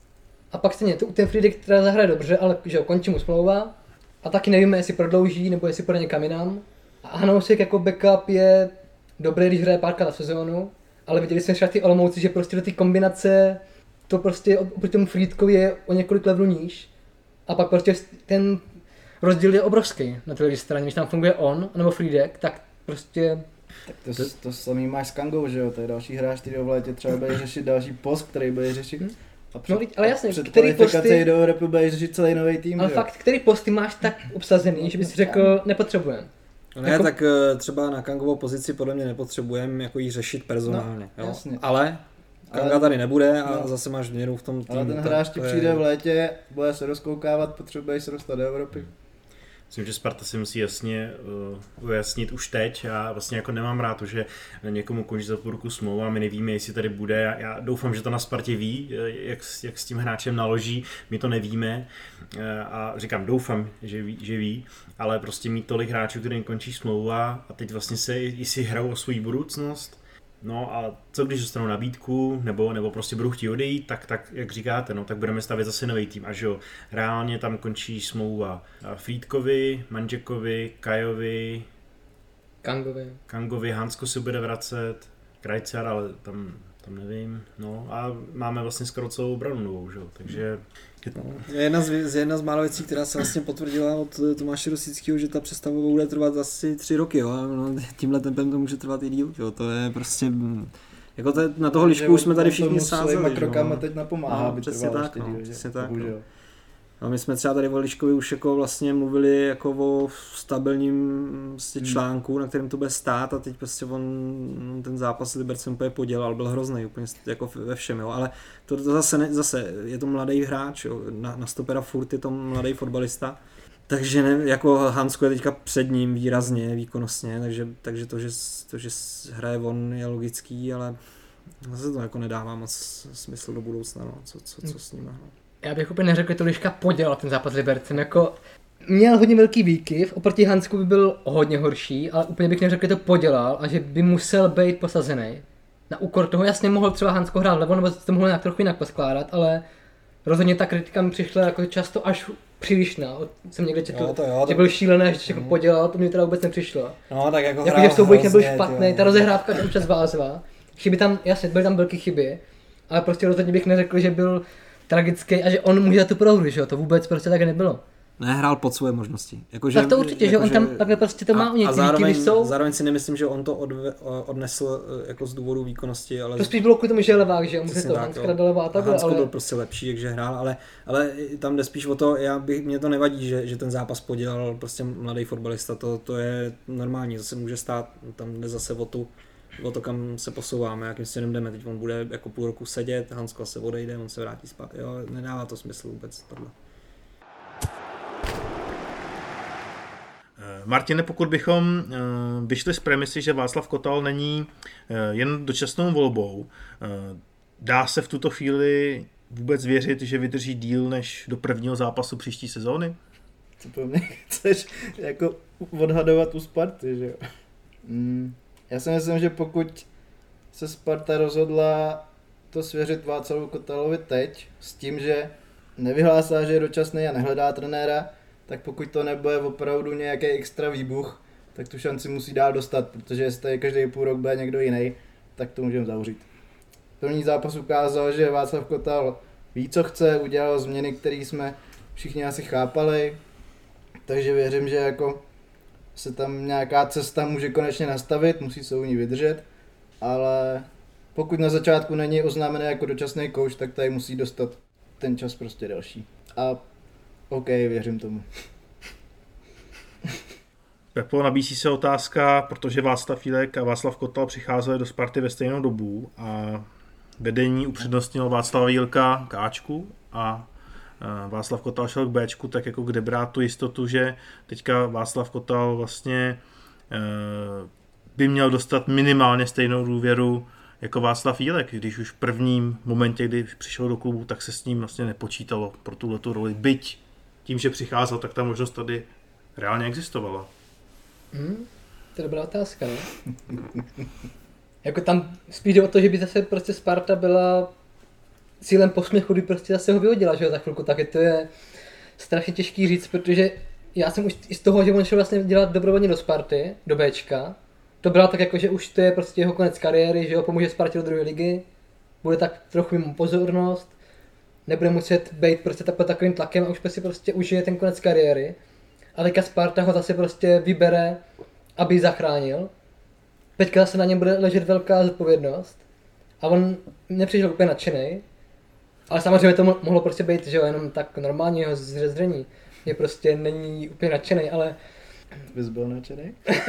A pak stejně to ten Friedrich teda zahraje dobře, ale že jo, končí mu smlouva a taky nevíme, jestli prodlouží nebo jestli půjde někam jinam. A Hanousek jako backup je dobrý, když hraje párka na sezónu, ale viděli jsme třeba ty Olomouci, že prostě do té kombinace to prostě oproti tomu Friedkovi je o několik levelů níž. A pak prostě ten rozdíl je obrovský na té straně, když tam funguje on nebo Friedek, tak prostě... Tak to, to, to samý máš s Kangou, že jo, to je další hráč, který v létě třeba bude řešit další post, který bude řešit. A před, no, ale jasně, před který posty do Evropy bude řešit celý nový tým. Ale že? Fakt, který posty máš tak obsazený, že bys si řekl, nepotřebujeme. No ne, jako... tak třeba na Kangovou pozici podle mě nepotřebujeme jako jí řešit personálně, no, jo? Jasně. Ale Kanga tady nebude a no. zase máš měru v tom týmu. Ale ten hráč ti přijde v létě, bude se rozkoukávat, potřebuješ se dostat do Evropy. Myslím, že Sparta si musí jasně uh, ujasnit už teď. Já vlastně jako nemám rád to, že někomu končí za půl roku smlouva a my nevíme, jestli tady bude. Já, já doufám, že to na Spartě ví, jak, jak s tím hráčem naloží, my to nevíme. Uh, a říkám, doufám, že ví, že ví, ale prostě mít tolik hráčů, kterým končí smlouva a teď vlastně se jestli hrajou o svou budoucnost. No a co když dostanou nabídku, nebo, nebo prostě budou chtít odejít, tak, tak jak říkáte, no, tak budeme stavět zase nový tým. Až jo, reálně tam končí smlouva Frýdkovi, Mandžekovi, Kajovi, Kangovi. Kangovi, Hansko se bude vracet, Krajcar, ale tam, tam nevím, no a máme vlastně skoro celou obranu novou, že jo, takže... Je jedna z, jedna z málo věcí, která se vlastně potvrdila od Tomáše Rosického, že ta přestavba bude trvat asi tři roky, jo, a no, tímhle tempem to může trvat i díl, jo, to je prostě, jako to, na toho Lišku už jsme tady všichni sázeli. Svýma krokama teď napomáhá, no, aby přesně trvalo tak, no, díl, přesně že? tak, no. No, my jsme třeba tady o Liškovi už jako vlastně mluvili jako o stabilním prostě článku, na kterém to bude stát a teď prostě on ten zápas s Libercem úplně podělal, byl hrozný úplně jako ve všem, jo, ale to, to zase, ne, zase je to mladý hráč, jo, na, na stopera furt je to mladý fotbalista, takže ne, jako Hansko je teďka před ním výrazně, výkonnostně, takže, takže to, že, to, že hraje on je logický, ale zase to jako nedává moc smysl do budoucna, no, co, co, co s ním. No. Já bych úplně neřekl, že to Liška podělal ten zápas s Libercem, jako měl hodně velký výkyv, oproti Hansku by byl hodně horší, ale úplně bych neřekl, že to podělal a že by musel být posazený. Na úkor toho jasně mohl třeba Hansko hrát levo, nebo to mohl nějak trochu jinak poskládat, ale rozhodně ta kritika mi přišla jako často až přílišná. Jsem někde četl, jo, to jo, že byl šílený, že všechno mm. podělal, to mě teda vůbec nepřišlo. No, tak jako jako že v soubojích nebyl špatný, ta rozehrávka tam přes vázva, chyby tam, jasně, byly tam velké chyby, ale prostě rozhodně bych neřekl, že byl tragický a že on může za tu prohru, že jo, to vůbec prostě tak nebylo. Nehrál pod svoje možnosti. Jako, že, Tak to určitě, jako, že on tam takhle prostě to má u a některých, zároveň, když jsou... zároveň si nemyslím, že on to odve, odnesl jako z důvodu výkonnosti, ale... To spíš bylo kvůli tomu, že je levák, že on může Přesně to tak, Hanska jo. do levá a takhle, Hansko ale... byl prostě lepší, takže hrál, ale, ale tam jde spíš o to, já bych, mě to nevadí, že, že ten zápas podělal prostě mladý fotbalista, to, to je normální, to se může stát, tam jde zase o tu, o to, kam se posouváme, jakým směrem jdeme, teď on bude jako půl roku sedět, Hansko se odejde, on se vrátí zpátky, jo, nedává to smysl vůbec tohle. Martine, pokud bychom vyšli z premisy, že Václav Kotal není jen dočasnou volbou, dá se v tuto chvíli vůbec věřit, že vydrží díl než do prvního zápasu příští sezóny? Co po mně chceš jako odhadovat u Sparty, že jo? Mm, já si myslím, že pokud se Sparta rozhodla to svěřit Václavu Kotalovi teď, s tím, že nevyhlásá, že je dočasný a nehledá trenéra, tak pokud to nebude opravdu nějaký extra výbuch, tak tu šanci musí dál dostat, protože jestli každý půl rok bude někdo jiný, tak to můžeme zavřít. První zápas ukázal, že Václav Kotal ví, co chce, udělal změny, které jsme všichni asi chápali, takže věřím, že jako se tam nějaká cesta může konečně nastavit, musí se u ní vydržet, ale pokud na začátku není oznámený jako dočasný kouč, tak tady musí dostat ten čas prostě další. A OK, věřím tomu. Pepo, nabízí se otázka, protože Václav Jílek a Václav Kotal přicházeli do Sparty ve stejnou dobu a vedení upřednostnilo Václava Jílka k Ačku a Václav Kotal šel k Bčku, tak jako kde brát tu jistotu, že teďka Václav Kotal vlastně by měl dostat minimálně stejnou důvěru jako Václav Jílek, když už v prvním momentě, kdy přišel do klubu, tak se s ním vlastně nepočítalo pro tuhletu roli. Byť tím, že přicházel, tak ta možnost tady reálně existovala. Hmm, to je dobrá otázka, ne? Jako tam spíš jde o to, že by zase prostě Sparta byla cílem posměchu, kdy prostě zase ho vyhodila, že jo, za chvilku, tak to je strašně těžký říct, protože já jsem už i z toho, že on šel vlastně dělat dobrovolně do Sparty, do Bčka, to bral tak jako, že už to je prostě jeho konec kariéry, že ho pomůže Spartě do druhé ligy, bude tak trochu mimo pozornost, nebude muset být prostě pod takovým tlakem a už prostě, prostě užije ten konec kariéry. A teďka Sparta ho zase prostě vybere, aby ji zachránil. Teďka zase na něm bude ležet velká zodpovědnost. A on nepřišel úplně nadšenej. Ale samozřejmě to mohlo prostě být, že jo, jenom tak normálně jeho zřezření. Je prostě není úplně nadšenej, ale... Bys byl nadšenej?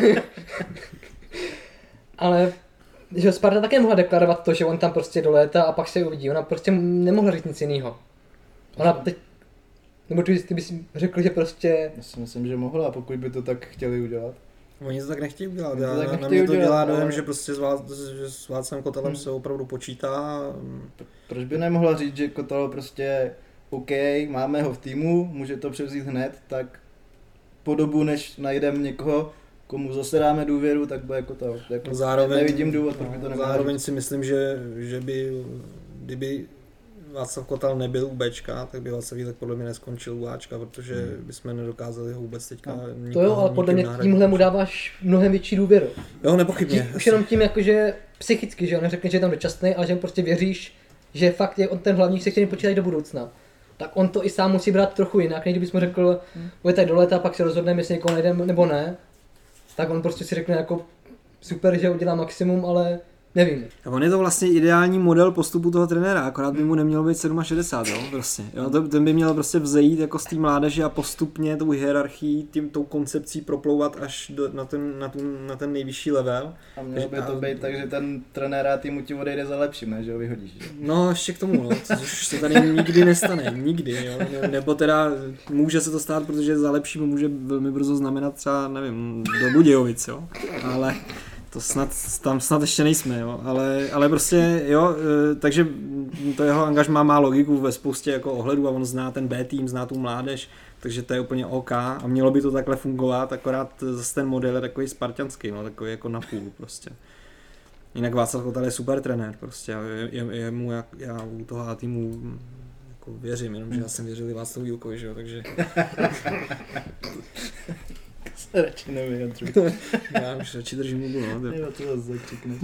Ale že Sparta také mohla deklarovat to, že on tam prostě dolétá a pak se uvidí. Ona prostě nemohla říct nic jiného. Ona teď... Nebo ty, ty bys řekl, že prostě... Já si myslím, že mohla, pokud by to tak chtěli udělat. Oni to tak nechtějí udělat. to tak Já, na nechtějí mě to udělat, dělá dojem, ale- že prostě s, Vá, že s Václavem Kotalem Hmm. se opravdu počítá. Proč by nemohla říct, že Kotal prostě OK, máme ho v týmu, může to převzít hned, tak po dobu, než najdeme někoho, komu zase dáme důvěru, tak bude Kotal. Jako Zároveň, nevidím důvod, proč by to nemohla zároveň říct. si myslím, že, že by, kdyby Václav Kotal nebyl u Bčka, tak by Václav Jílek podle mě neskončil u Ačka, protože Hmm. bychom nedokázali ho vůbec teďka No, nikoho, To jo, ale podle mě nikým nahradit. tímhle mu dáváš mnohem větší důvěru. Jo, nepochybně. Tím, už jenom tím, jakože psychicky, že on neřekne, že je tam dočasný, ale že mu prostě věříš, že fakt je on ten hlavní, se chtěl počítat do budoucna. Tak on to i sám musí brát trochu jinak, než kdybys mu řekl, bude tady do léta, pak se rozhodneme, jestli někoho najdeme nebo ne. Tak on prostě si řekne jako super, že udělá maximum, ale nevím. A on je to vlastně ideální model postupu toho trenéra, akorát by mu nemělo být šedesát sedm, jo, prostě. Jo, to, ten by měl prostě vzejít jako z té mládeže a postupně tou hierarchií, tím, tou koncepcí proplouvat až do, na, ten, na, tu, na ten nejvyšší level. A mělo by to být tak, že ten trenér a týmu ti odejde za lepším, ne, že ho vyhodíš. Že? No, ještě k tomu, no, což se tady nikdy nestane, nikdy, jo, ne, nebo teda může se to stát, protože za lepším může velmi brzo znamenat třeba, nevím, do Budějovic, jo, ale to snad, tam snad ještě nejsme, jo, ale, ale prostě, jo, takže to jeho angažmá má logiku ve spoustě jako ohledů a on zná ten B tým, zná tu mládež, takže to je úplně OK a mělo by to takhle fungovat, akorát zase ten model je takový spartanský, no, takový jako na půl prostě. Jinak Václav Kotal je super trenér, prostě, je, je, je mu, jak, já u toho A týmu jako věřím, jenomže já jsem věřil i Václavu Jílkovi, že jo, takže... Se radši nevyjadřuj. Já už radši držím hubu, no. Jo, to zase zakřikneš.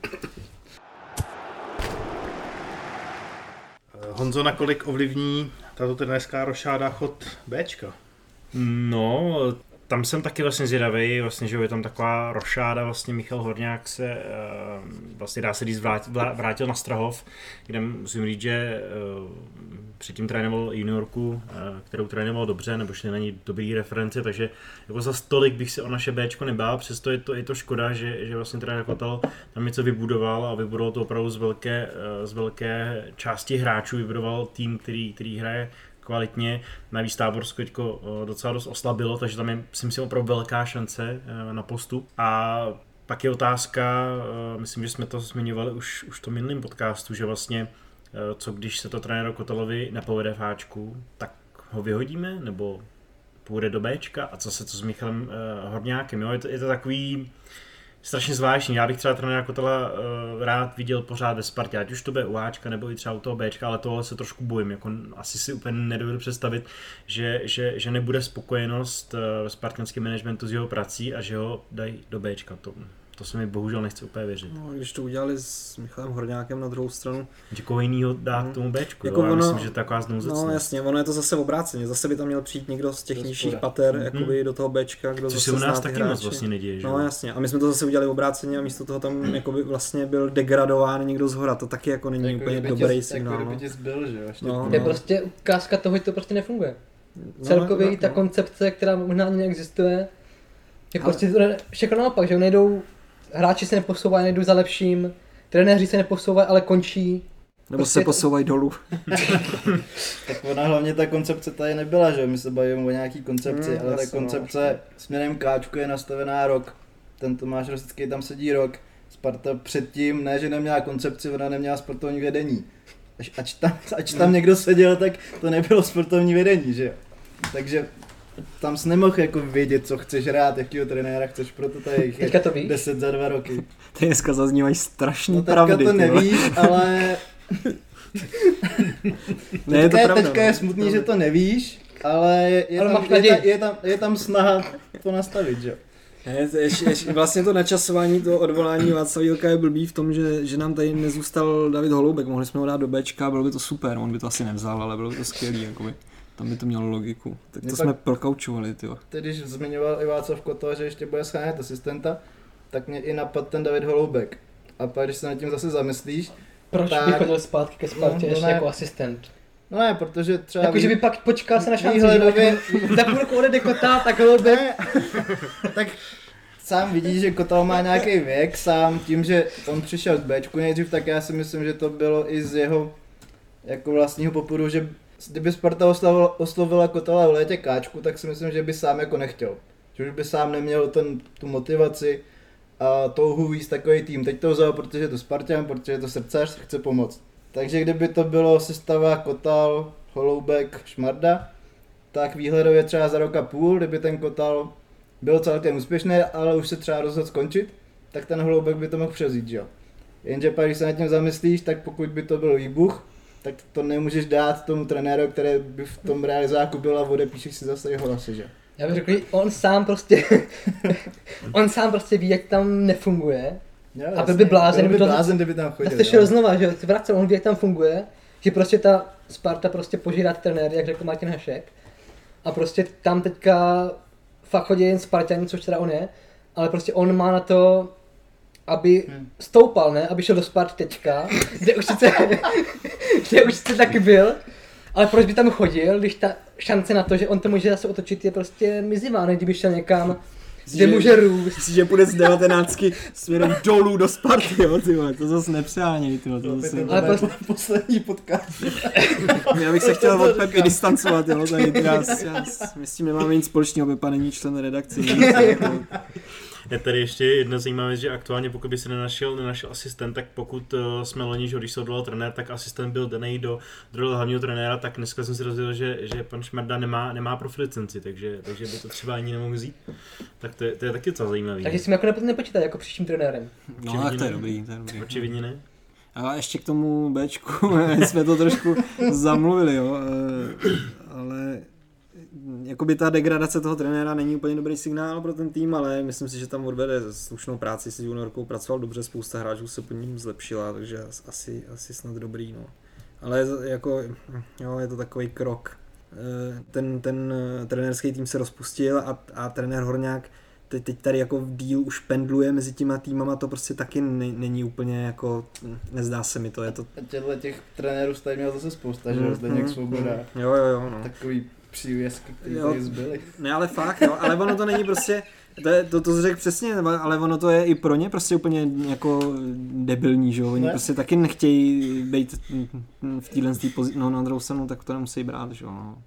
Honzo, nakolik ovlivní tato trenérská rošáda chod Bčka. No, tam jsem taky vlastně zvědavý, vlastně, že je tam taková rošáda, vlastně Michal Horňák se vlastně dá se říct vrátil, vrátil na Strahov, kde musím říct, že předtím trénoval juniorku, kterou trénoval dobře, nebo šli na ní dobrý reference, takže jako za stolik bych se o naše Bčko nebál, přesto je to, je to škoda, že, že vlastně trenér Kotal tam něco vybudoval a vybudoval to opravdu z velké, z velké části hráčů, vybudoval tým, který, který hraje kvalitně, navíc Táborsko teďko docela dost oslabilo, takže tam je, si myslím, opravdu velká šance na postup. A pak je otázka, myslím, že jsme to zmiňovali už, už v tom minulém podcastu, že vlastně co když se to trenéru Kotalovi nepovede v háčku, tak ho vyhodíme, nebo půjde do Bčka a co se to s Michalem Horňákem, jo? Je to, je to takový strašně zvláštní. Já bych třeba trenéra Kotala uh, rád viděl pořád ve Spartě, ať už to bude u Ačka nebo i třeba u toho Bčka, ale tohle se trošku bojím. Jako, asi si úplně nedovedu představit, že, že, že nebude spokojenost uh, ve spartanském managementu s jeho prací a že ho dají do Bčka. To, to se mi bohužel nechce úplně věřit. No, když to udělali s Michalem Horňákem na druhou stranu. Že koho jinýho dát mm. tomu Bčku, jako jo? Já ono, myslím, že to je taková znouzecnost. No jasně, ono je to zase obráceně. Zase by tam měl přijít někdo z těch nižších pater, mm. jakoby do toho Bčka, kdo což zase se u nás zná taky hráče. moc vlastně neděje, že? No jasně, a my jsme to zase udělali obráceně a místo toho tam jakoby vlastně byl degradován někdo zhora, to taky jako není jako úplně kdyby dobrý tě, signál. jako no. kdyby tě zbyl, že jo? No, To je no. prostě ukázka toho, že to prostě nefunguje. No, Celkově no, ta no. koncepce, která možná ani neexistuje, je Ale- prostě to ne- všechno naopak, že nejdou, hráči se neposouvají, nejdou za lepším, trenéři se neposouvají, ale končí. Nebo prostě se je to- posouvají dolů. Tak ona hlavně ta koncepce tady nebyla, že jo? My se bavíme o nějaký koncepci, Mm, ale ta jasně, no. koncepce směrem Káčku je nastavená rok. Ten Tomáš Rosický tam sedí rok. Sparta předtím, ne že neměla koncepci, ona neměla sportovní vedení. Až, ač, tam, ač tam někdo seděl, tak to nebylo sportovní vedení, že jo? Takže tam jsi nemohl jako vědět, co chceš hrát, jakýho trenéra chceš, proto tady jich Teďka to je víš? deset za dva roky. Ty dneska zaznívají strašný No teďka pravdy. to ty vole. nevíš, ale Ne, je to teďka, pravda, teďka no. je smutný, že to nevíš, ale je, je, Ale tam, máš je, naději. ta, je, tam, je tam snaha to nastavit, že jo? Ne, to ještě, ještě, vlastně to načasování toho odvolání Václava Jílka je blbý v tom, že, že nám tady nezůstal David Holoubek, mohli jsme ho dát do Bčka, bylo by to super, on by to asi nevzal, ale bylo by to skvělý, jakoby. Tam by to mělo logiku. Tak to Je jsme pak- prokaučovali, tyjo. Teď, když zmiňoval i Václav Kotal, že ještě bude schánět asistenta, tak mě i napadl ten David Holoubek. A pak, když se nad tím zase zamyslíš, Proč Tak. by chodil zpátky ke Spartě No, no ještě ne. jako asistent? no ne, protože třeba... Jako, že ví- by pak počkal se na šanci, že výhledově- jako za půl roku odejde Kota, tak Holoubek. Ne, tak sám vidíš, že Kotal má nějaký věk, sám tím, že on přišel z Bčku nejdřív, tak já si myslím, že to bylo i z jeho jako vlastního popudu, že kdyby Sparta oslovila, oslovila Kotala v létě Káčku, tak si myslím, že by sám jako nechtěl. Že už by sám neměl ten, tu motivaci a touhu víc takový tým. Teď to vzal, protože je to Spartan, protože je to srdcař, chce pomoct. Takže kdyby to bylo sestava Kotal, Holoubek, Šmarda, tak výhledově třeba za rok a půl, kdyby ten Kotal byl celkem úspěšný, ale už se třeba rozhodl skončit, tak ten Holoubek by to mohl převzít, že jo. Jenže pak, když se nad tím zamyslíš, tak pokud by to byl výbuch, tak to nemůžeš dát tomu trenéru, který by v tom realizáku byl a odepíšeš si zase jeho hlasy, že jo. Já bych řekl, že on sám prostě, on sám prostě ví, jak tam nefunguje. Jo, A byl by blázen, byl by kdyby to- blázen, kdyby tam chodil. Zase šel jo. znova, že jo, se vracel, on ví, jak tam funguje, že prostě ta Sparta prostě požírá ty trenéry, jak řekl Martin Hašek. A prostě tam teďka fakt chodí jen Spartani, což teda on je, ale prostě on má na to, aby Hmm. stoupal, ne, aby šel do Sparty teďka, kde už sice, kde už sice taky byl, ale proč by tam chodil, když ta šance na to, že on to může zase otočit, je prostě mizivá, ne, kdyby šel někam, kde Že- může růst. Myslíš, že půjde z devatenáctky směrem dolů do Sparty, jo, ty vole, to zase nepřáněj, ty vole, to Opět zase... je to Ale ale prostě- poslední podcast. Já bych se chtěl to od říkám. Pepy distancovat, jo, tady já, já, my s tím nemáme nic společného, Pepa není člen redakce. Nic, jako, Je tady ještě jedna zajímavá věc, že aktuálně pokud by se nenašel, nenašel asistent, tak pokud uh, jsme loni, že když se odvolal trenér, tak asistent byl daný do druhého hlavního trenéra, tak dneska jsem si rozdělil, že, že pan Šmarda nemá, nemá profilicenci, takže, takže by to třeba ani nemohl vzít. Tak to je, to je taky docela zajímavý. Takže si mi jako nepo- nepočítá jako příštím trenérem. no tak to je dobrý, to je dobrý. Očividně ne. A ještě k tomu Bčku, jsme to trošku zamluvili, jo, eh, ale jakoby ta degradace toho trenéra není úplně dobrý signál pro ten tým, ale myslím si, že tam odvede slušnou práci s juniorkou, pracoval dobře, spousta hráčů se pod ním zlepšila, takže asi, asi snad dobrý, no. Ale jako, jo, je to takový krok. Ten, ten trenérský tým se rozpustil a, a trenér Horňák teď, teď tady jako v díl už pendluje mezi těma týmama, to prostě taky ne, není úplně jako, nezdá se mi to, je to... A těchto těch trenérů jste měl zase spousta, že jo, Zdeněk Svoboda. Jo, jo, jo, no. Takový přívěsky, který Jo. tady zbyli. Ne, ale fakt, jo, ale ono to není prostě, to, je, to, to jsi řekl přesně, ale ono to je i pro ně prostě úplně jako debilní, že jo, oni Ne? prostě taky nechtějí být v téhle pozici, no na druhou stranu, tak to nemusí brát, že jo, no.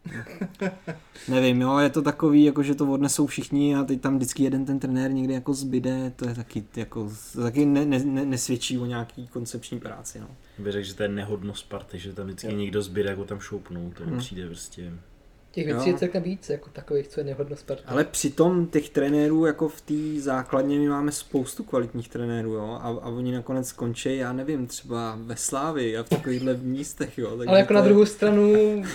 Nevím, jo, je to takový, jako že to odnesou všichni a teď tam vždycky jeden ten trenér někde jako zbyde, to je taky, jako, to taky ne, ne, ne, nesvědčí o nějaký koncepční práci, no. Bych řekl, že to je nehodnost Sparty, že tam vždycky někdo zbyde, jako tam šoupnou, to mi přijde prostě... Těch věcí Jo. je celkem víc, jako takových, co je nehodno Sparta. Ale přitom těch trenérů jako v té základně my máme spoustu kvalitních trenérů, jo, a, a oni nakonec skončí, já nevím, třeba ve Slávii a v takovýchhle místech, jo. Takže Ale jako to na je- druhou stranu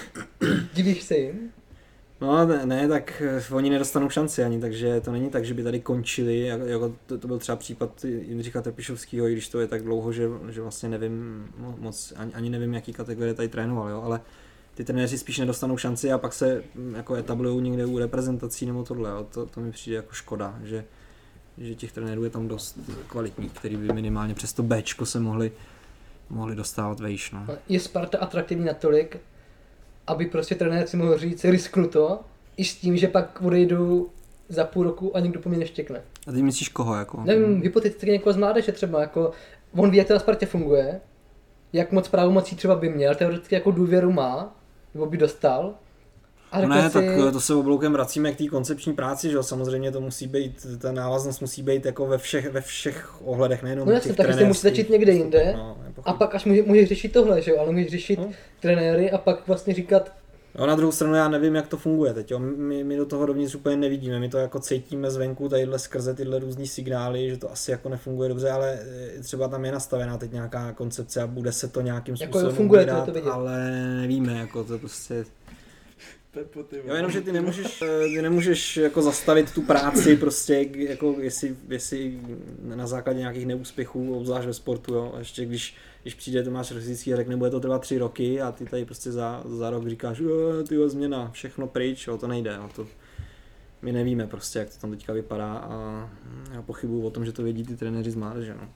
divíš se jim. No ne, ne, tak eh, oni nedostanou šanci ani, takže to není tak, že by tady končili, jako, jako to, to byl třeba případ Jindřicha Trpišovského, i když to je tak dlouho, že, že vlastně nevím mo- moc, ani, ani nevím, jaký kategorie tady trénoval, jo, ale ty trenéři spíš nedostanou šanci a pak se mm, jako etablujou někde u reprezentací nebo tohle, jo. To, to mi přijde jako škoda, že, že těch trenérů je tam dost kvalitních, který by minimálně přes to Bčko se mohli, mohli dostávat vejš, no. Je Sparta atraktivní natolik, aby prostě trenér si mohl říct, risknu to, i s tím, že pak odejdu za půl roku a někdo po mě neštěkne. A ty myslíš koho, jako? Nevím, hypoteticky někoho z mládeže třeba, jako on ví, jak to na Spartě funguje, jak moc pravomocí třeba by měl, teoreticky jako důvěru má, nebo by dostal. A No řekne ne, si, tak to se obloukem vracíme k té koncepční práci, že jo, samozřejmě to musí být, ta návaznost musí být jako ve všech, ve všech ohledech, nejenom no těch jasně, taky se musí trenérských. začít někde jinde, No, a pak až může, může řešit tohle, že jo, ale může řešit No. trenéry a pak vlastně říkat, No, na druhou stranu já nevím, jak to funguje teď, jo. My, my do toho dovnitř úplně nevidíme, my to jako cítíme zvenku tadyhle skrze tyhle různý signály, že to asi jako nefunguje dobře, ale e, třeba tam je nastavená teď nějaká koncepce a bude se to nějakým Jako způsobem funguje to, ubírat, to vidět. ale nevíme, jako to prostě... Pepo, ty Jo, vole. jenom, že ty nemůžeš, eh, ty nemůžeš jako zastavit tu práci prostě, jako jestli, jestli na základě nějakých neúspěchů, obzvlášť ve sportu, jo, a ještě když, když přijde Tomáš Rosický a řekne, bude to trvat tři roky a ty tady prostě za, za rok říkáš, jo, tyjo, změna, všechno pryč, jo, to nejde, jo, to my nevíme prostě, jak to tam teďka vypadá a já pochybuju o tom, že to vědí ty trenéři z mládeže, no.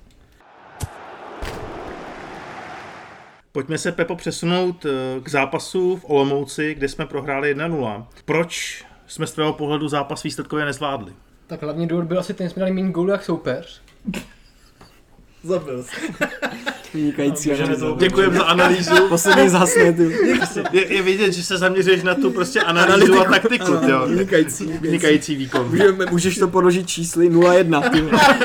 Pojďme se, Pepo, přesunout eh, k zápasu v Olomouci, kde jsme prohráli jedna nula. Proč jsme z tvého pohledu zápas výsledkově nezvládli? tak hlavní důvod byl asi ten, že jsme dali méně gólů jak soupeř. Zabil jsi. Vynikající analýza. Děkujeme za analýzu. Poslední zhasne, ty. Je, je vidět, že se zaměřuješ na tu prostě analýzu a taktiku, jo. Vynikající. Vynikající výkon. Můžeme, můžeš to podložit čísly nula jedna, ty.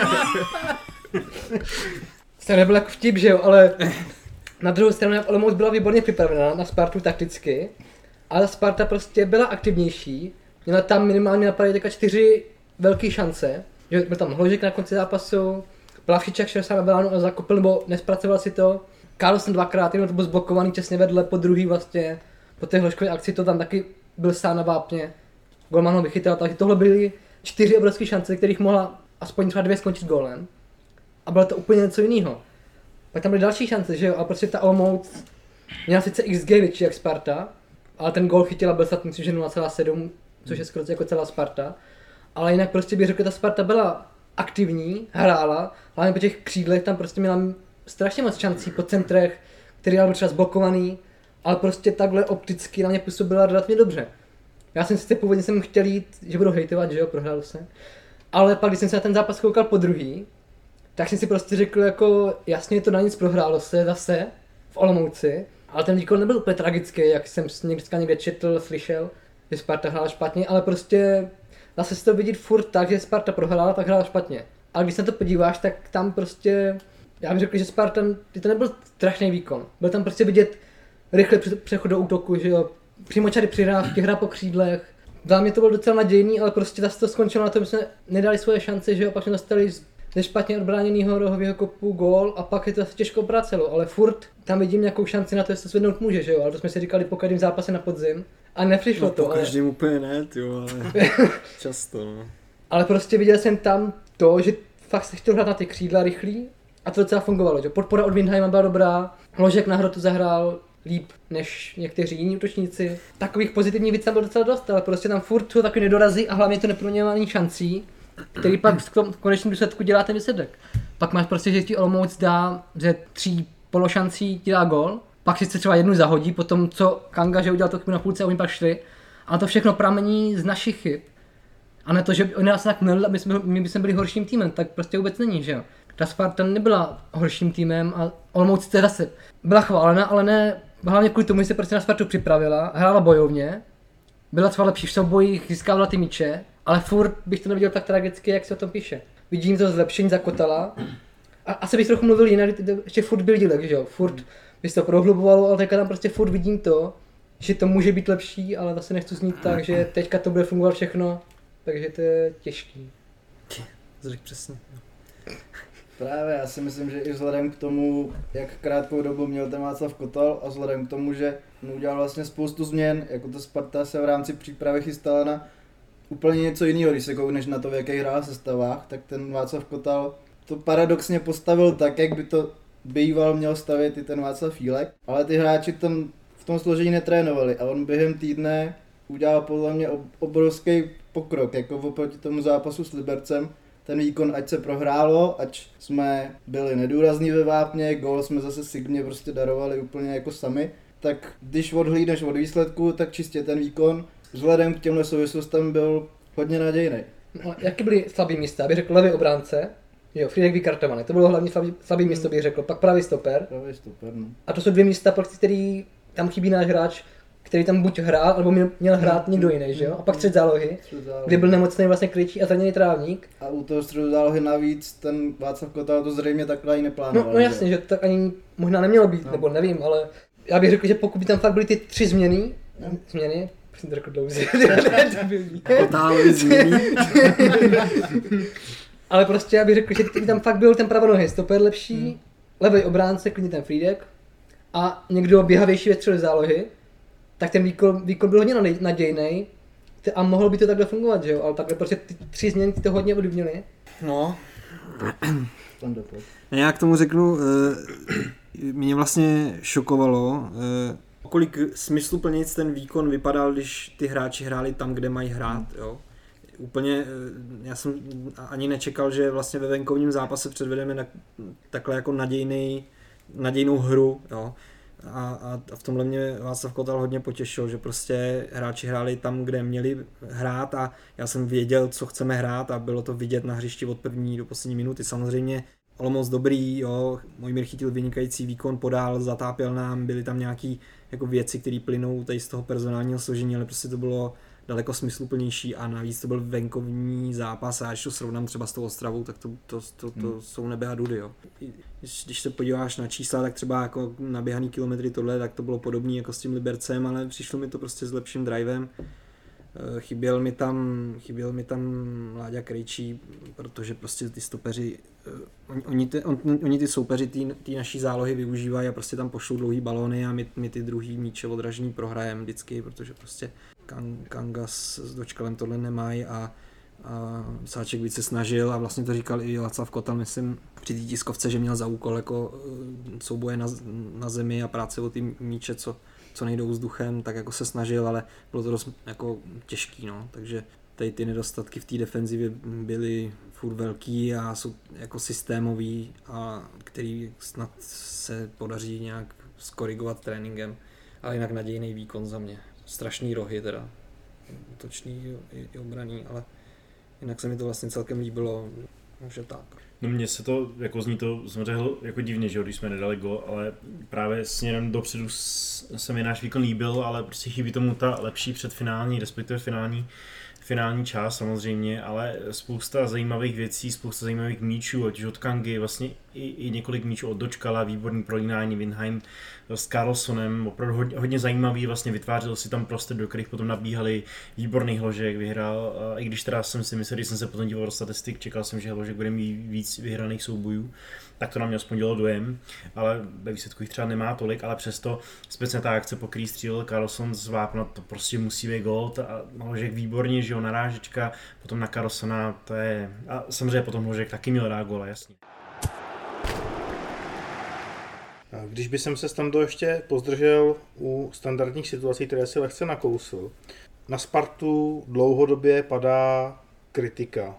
To nebyl jako vtip, že jo, ale na druhou stranu Olomouc byla výborně připravená na Spartu takticky, ale Sparta prostě byla aktivnější, měla tam minimálně napadly teďka čtyři velké šance, že byl tam Hložek na konci zápasu, Plavšičák šel sám na belánu a zakopil, nebo nespracoval si to, Carlsen dvakrát, jenom to byl zblokovaný těsně vedle, po druhý vlastně, po té Hložkové akci to tam taky byl sám na vápně, golman ho vychytal, takže tohle byly čtyři obrovské šance, kterých mohla aspoň třeba dvě skončit gólem. A bylo to úplně něco jiného. Pak tam byly další šance, že jo, a prostě ta Olomouc měla sice X G větší jak Sparta, ale ten gól chytila byl snad myslím, že nula celá sedm, což je skoro jako celá Sparta. Ale jinak prostě bych řekl, že ta Sparta byla aktivní, hrála, hlavně po těch křídlech tam prostě měla strašně moc šancí po centrech, který byl třeba zblokovaný, ale prostě takhle opticky na mě působila relativně dobře. Já jsem si původně jsem chtěl jít, že budu hejtovat, že jo, prohrál se. Ale pak, když jsem se na ten zápas koukal po druhý, tak jsem si prostě řekl jako, jasně to na nic, prohrálo se zase v Olomouci, ale ten výkon nebyl úplně tragický, jak jsem někde, někde četl, slyšel, že Sparta hrála špatně, ale prostě zase si to vidět furt tak, že Sparta prohrála, tak hrála špatně. A když se na to podíváš, tak tam prostě, já bych řekl, že Sparta, to nebyl strašný výkon, byl tam prostě vidět rychle přechod do útoku, že jo, přímočary přihrávky, hra po křídlech. Za mě to bylo docela nadějný, ale prostě zase to skončilo na tom, že jsme nedali svoje šance, že jo, pak jsme dostali ze špatně odbráněného rohového kopu gól a pak je to asi těžko obracelo, ale furt tam vidím nějakou šanci na to, že se zvednout může, že jo, ale to jsme si říkali po každém zápase na podzim a nepřišlo No, to. po Ale, každém úplně ne, tyjo, ale často, no. ale prostě viděl jsem tam to, že fakt se chtěl hrát na ty křídla rychlý a to docela fungovalo, že podpora od Windheima byla dobrá, Hložek na hrotu zahrál líp než někteří jiní útočníci. Takových pozitivních věcí tam bylo docela dost, ale prostě tam furt jsou takový nedorazy a hlavně to neproměňování šancí, který pak v konečném důsledku dělá ten výsledek. Pak máš prostě, že ti Olomouc dá ze tří pološancí ti dá gól, pak si třeba jednu zahodí, potom co Kanga, že udělal to chybu na půlce a oni pak šli. A to všechno pramení z našich chyb. A ne to, že oni nás tak měli, my jsme, my jsme byli horším týmem, tak prostě vůbec není, že jo. Ta Sparta nebyla horším týmem a Olomouc teda zase byla chválena, ale ne, hlavně kvůli tomu, že se prostě na Spartu připravila, hrála bojovně, byla třeba lepší v soubojích, získávala ty míče, ale furt bych to neviděl tak tragicky, jak se o tom píše. Vidím to zlepšení za Kotala a asi bych trochu mluvil jinak, ještě furt byl dílek, že jo, furt by se to prohlubovalo, ale teďka tam prostě furt vidím to, že to může být lepší, ale zase nechci znít tak, že teďka to bude fungovat všechno, takže to je těžký. Zřek přesně. Právě, já si myslím, že i vzhledem k tomu, jak krátkou dobu měl ten Václav Kotal a vzhledem k tomu, že on udělal vlastně spoustu změn, jako ta Sparta se v rámci přípravy chystala na úplně něco jiného, když se koukneš na to, v jakých hrál sestavách, tak ten Václav Kotal to paradoxně postavil tak, jak by to býval měl stavět i ten Václav Fílek, ale ty hráči tam v tom složení netrénovali a on během týdne udělal podle mě obrovský pokrok, jako oproti tomu zápasu s Libercem. Ten výkon, ať se prohrálo, ať jsme byli nedůrazní ve vápně, gól jsme zase Sigmě prostě darovali úplně jako sami, tak když odhlídneš od výsledku, tak čistě ten výkon vzhledem k těmhle souvislostem byl hodně nadějný. No, jaké byly slabý místa? Já bych řekl levý obránce, jo, Frýdek vykartovaný, to bylo hlavně slabý, slabý místo, bych řekl, pak pravý stoper. Pravý stoper, no. A to jsou dvě místa, pro který tam chybí náš hráč, který tam buď hrál, nebo měl, měl hrát někdo jiný, že jo? A pak střed zálohy, Střed zálohy. kde byl nemocný vlastně Krejčí a zraněný Trávník. A u toho středu zálohy navíc ten Václav Kotal to zřejmě takhle i neplánoval. No, no jasně, že to tak ani možná nemělo být, No. nebo nevím, ale já bych řekl, že pokud by tam fakt byly ty tři změny, no. změny, už jsem to řekl dlouze, Kotálový změny. ale prostě já bych řekl, že by tam fakt byl ten pravonohý stoper lepší, hmm. levý obránce, klidně ten Frýdek a někdo běhavější ve středu zálohy, tak ten výkon, výkon byl hodně nadějnej a mohlo by to takhle fungovat, že jo, ale takhle prostě ty tři změny to hodně ovlivnily. No. Tam dopad. Já k tomu řeknu, e, mě vlastně šokovalo, e, kolik smysluplnějc ten výkon vypadal, když ty hráči hráli tam, kde mají hrát, jo. Úplně, e, já jsem ani nečekal, že vlastně ve venkovním zápase předvedeme na, takhle jako nadějnej, nadějnou hru, jo. A, a, a v tomhle mě Václav Kotal hodně potěšil, že prostě hráči hráli tam, kde měli hrát a já jsem věděl, co chceme hrát a bylo to vidět na hřišti od první do poslední minuty. Samozřejmě Olomouc dobrý, jo, Mojmír chytil vynikající výkon, podál, zatápěl nám, byly tam nějaký jako věci, které plynou tady z toho personálního složení, ale prostě to bylo daleko smysluplnější a navíc to byl venkovní zápas a když to srovnám třeba s tou Ostravou, tak to, to, to, to hmm. jsou nebe a dudy. Jo. Když, když se podíváš na čísla, tak třeba jako naběhaný kilometry tohle, tak to bylo podobné jako s tím Libercem, ale přišlo mi to prostě s lepším drivem. Chyběl mi tam, chyběl mi tam Láďa Krejčí, protože prostě ty stopeři, oni, oni, ty, on, oni ty soupeři té naší zálohy využívají a prostě tam pošlou dlouhý balóny a my, my ty druhý míče odražený prohrajeme vždycky, protože prostě Kanga s Dočkalem tohle nemají a, a Sáček víc se snažil a vlastně to říkal i Václav Kotal, myslím, při té tiskovce, že měl za úkol jako souboje na, na zemi a práce o ty míče, co co nejdou vzduchem, tak jako se snažil, ale bylo to dost jako těžký, no, takže tady ty nedostatky v té defenzivě byly furt velký a jsou jako systémový a který snad se podaří nějak skorigovat tréninkem, ale jinak nadějný výkon za mě. Strašný rohy teda, útočný i, i obraný, ale jinak se mi to vlastně celkem líbilo, že tak. No mně se to, jako zní to, jsem řekl jako divně, že jo, když jsme nedali gól, ale právě směrem dopředu se mi náš výkon líbil, ale prostě chybí tomu ta lepší předfinální, respektive finální, finální část samozřejmě, ale spousta zajímavých věcí, spousta zajímavých míčů, ať už od Kangy, vlastně i, i několik míčů od Dočkala, výborný prolínání Windheim s Carlsonem, opravdu hodně, hodně zajímavý, vlastně vytvářel si tam prostor, do kterých potom nabíhali, výborný Hložek, vyhrál, i když teda jsem si myslel, když jsem se potom díval do statistik, čekal jsem, že Hložek bude mít víc vyhraných soubojů, tak to na mě aspoň dělalo dojem, ale ve výsledku jich třeba nemá tolik, ale přesto speciálně ta akce, po který střílel Carlson z vápna, to prostě musí být gól, a Hložek výborně, že jo, narážečka, potom na Carlsona, to je, a samozřejmě potom Hložek taky měl dát góla, jasně. Když by jsem se tam do ještě pozdržel u standardních situací, které si lehce nakousl, na Spartu dlouhodobě padá kritika.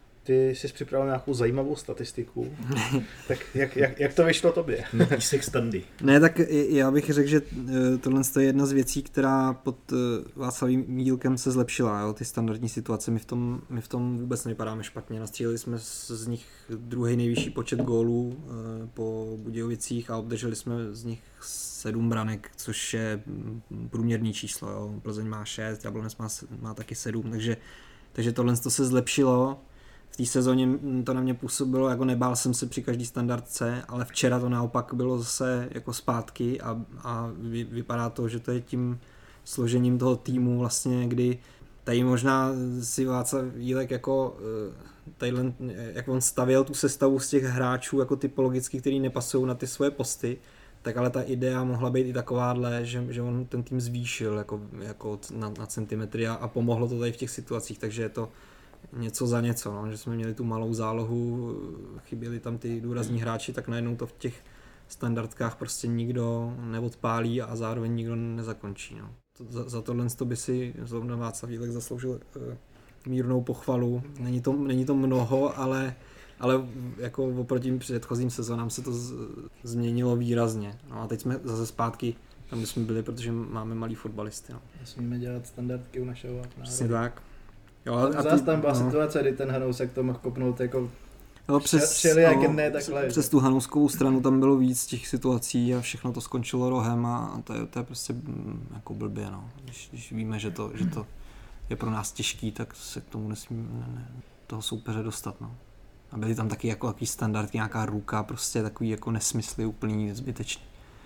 Ty jsi připravil nějakou zajímavou statistiku. Tak jak, jak, jak to vyšlo tobě? Písek standy. Ne, tak já bych řekl, že tohle je jedna z věcí, která pod Václavým Jílkem se zlepšila. Jo? Ty standardní situace, my v, tom, my v tom vůbec nevypadáme špatně. Nastříleli jsme z nich druhý nejvyšší počet gólů po Budějovicích a obdrželi jsme z nich sedm branek, což je průměrný číslo. Jo? Plzeň má šest, Jablonec má, má taky sedm, takže, takže tohle to se zlepšilo. V té sezóně to na mě působilo, jako nebál jsem se při každý standardce, ale včera to naopak bylo zase jako zpátky a, a vy, vypadá to, že to je tím složením toho týmu vlastně, kdy tady možná si Václav Jílek jako tadyhle, jak on stavěl tu sestavu z těch hráčů jako typologicky, který nepasují na ty svoje posty, tak ale ta idea mohla být i takováhle, že, že on ten tým zvýšil jako, jako na, na centimetry a, a pomohlo to tady v těch situacích, takže je to něco za něco, no, že jsme měli tu malou zálohu, chyběli tam ty důrazní hráči, tak najednou to v těch standardkách prostě nikdo neodpálí a zároveň nikdo nezakončí. No. To, za, za tohle by si zrovna Václav Jílek zasloužil uh, mírnou pochvalu. Není to, není to mnoho, ale, ale jako oproti předchozím sezónám se to z, změnilo výrazně. No a teď jsme zase zpátky tam, kde jsme byli, protože máme malý fotbalisty. No. Musíme dělat standardky u našeho národa. Přesně tak. Jo, a zás tam byla no. situace, kdy ten Hanousek to mohl kopnout jako no, přes, všeli, jak no, ne, takhle. Přes tu Hanouskovou stranu tam bylo víc těch situací a všechno to skončilo rohem a to je, to je prostě jako blbě, no. Když, když víme, že to, že to je pro nás těžký, tak se k tomu nesmíme ne, ne, toho soupeře dostat, no. A byly tam taky jako takový standardky, nějaká ruka, prostě takový jako nesmysly úplný, zbytečný.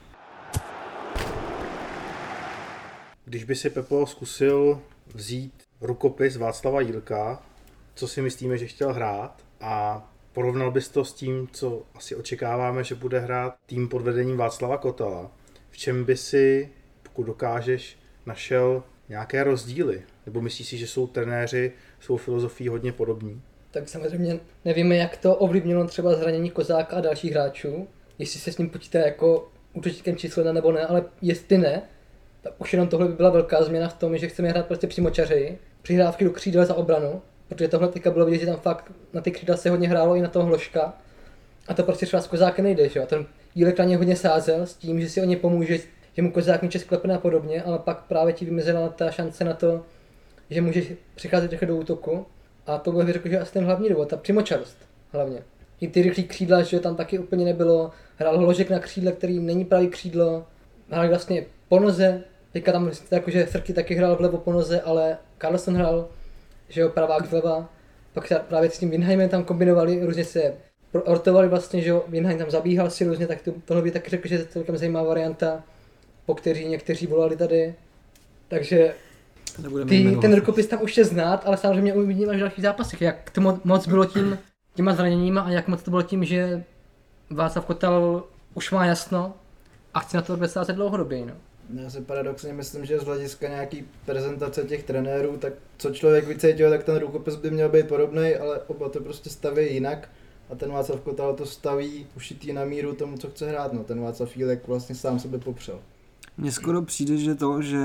Když by si Pepo zkusil vzít rukopis Václava Jílka, co si myslíme, že chtěl hrát a porovnal bys to s tím, co asi očekáváme, že bude hrát tým pod vedením Václava Kotala, v čem by si, pokud dokážeš, našel nějaké rozdíly? Nebo myslíš si, že jsou trenéři svou filozofií hodně podobní? Tak samozřejmě nevíme, jak to ovlivnilo třeba zranění Kozáka a dalších hráčů, jestli se s ním počítá jako útočníkem číslo jedna nebo ne, ale jestli ne, tak už jenom tohle by byla velká změna v tom, že chceme hrát prostě přímočařeji, přihrávky do křídel za obranu, protože tohle teďka bylo vidět, že tam fakt na ty křídla se hodně hrálo i na toho Hloška a to prostě třeba s Kozákem nejde, že jo. Ten Jílek na ně hodně sázel s tím, že si o ně pomůže, že mu Kozák míče sklepne a podobně, ale pak právě ti vymizela ta šance na to, že můžeš přicházet rychle do útoku a to bych řekl, že asi ten hlavní důvod, ta přímočarost hlavně. I ty rychlý křídla, že tam taky úplně nebylo, hrál Hložek na křídle, který není pravý křídlo, hrál vlastně po noze, teďka tam jakože Srky taky hrál vlevo po noze, ale Carlson hrál, že jo, pravák zleva, pak právě s tím Winheimem tam kombinovali, různě se ortovali vlastně, že jo, Winheim tam zabíhal si různě, tak to, tohle by taky řekl, že je celkem zajímavá varianta, po kteří někteří volali tady, takže ty, ten rukopis tam už je znát, ale samozřejmě uvidíme až v dalších zápasech, jak to moc bylo tím, těma zraněníma a jak moc to bylo tím, že Václav Kotal už má jasno a chce na to odvést dlouhodobě, no. Já si paradoxně myslím, že z hlediska nějaký prezentace těch trenérů, tak co člověk vycítil, tak ten rukopis by měl být podobný, ale oba to prostě staví jinak a ten Václav Kotal to staví ušitý na míru tomu, co chce hrát. No, ten Václav Jílek vlastně sám sebe popřel. Mně skoro přijde, že to, že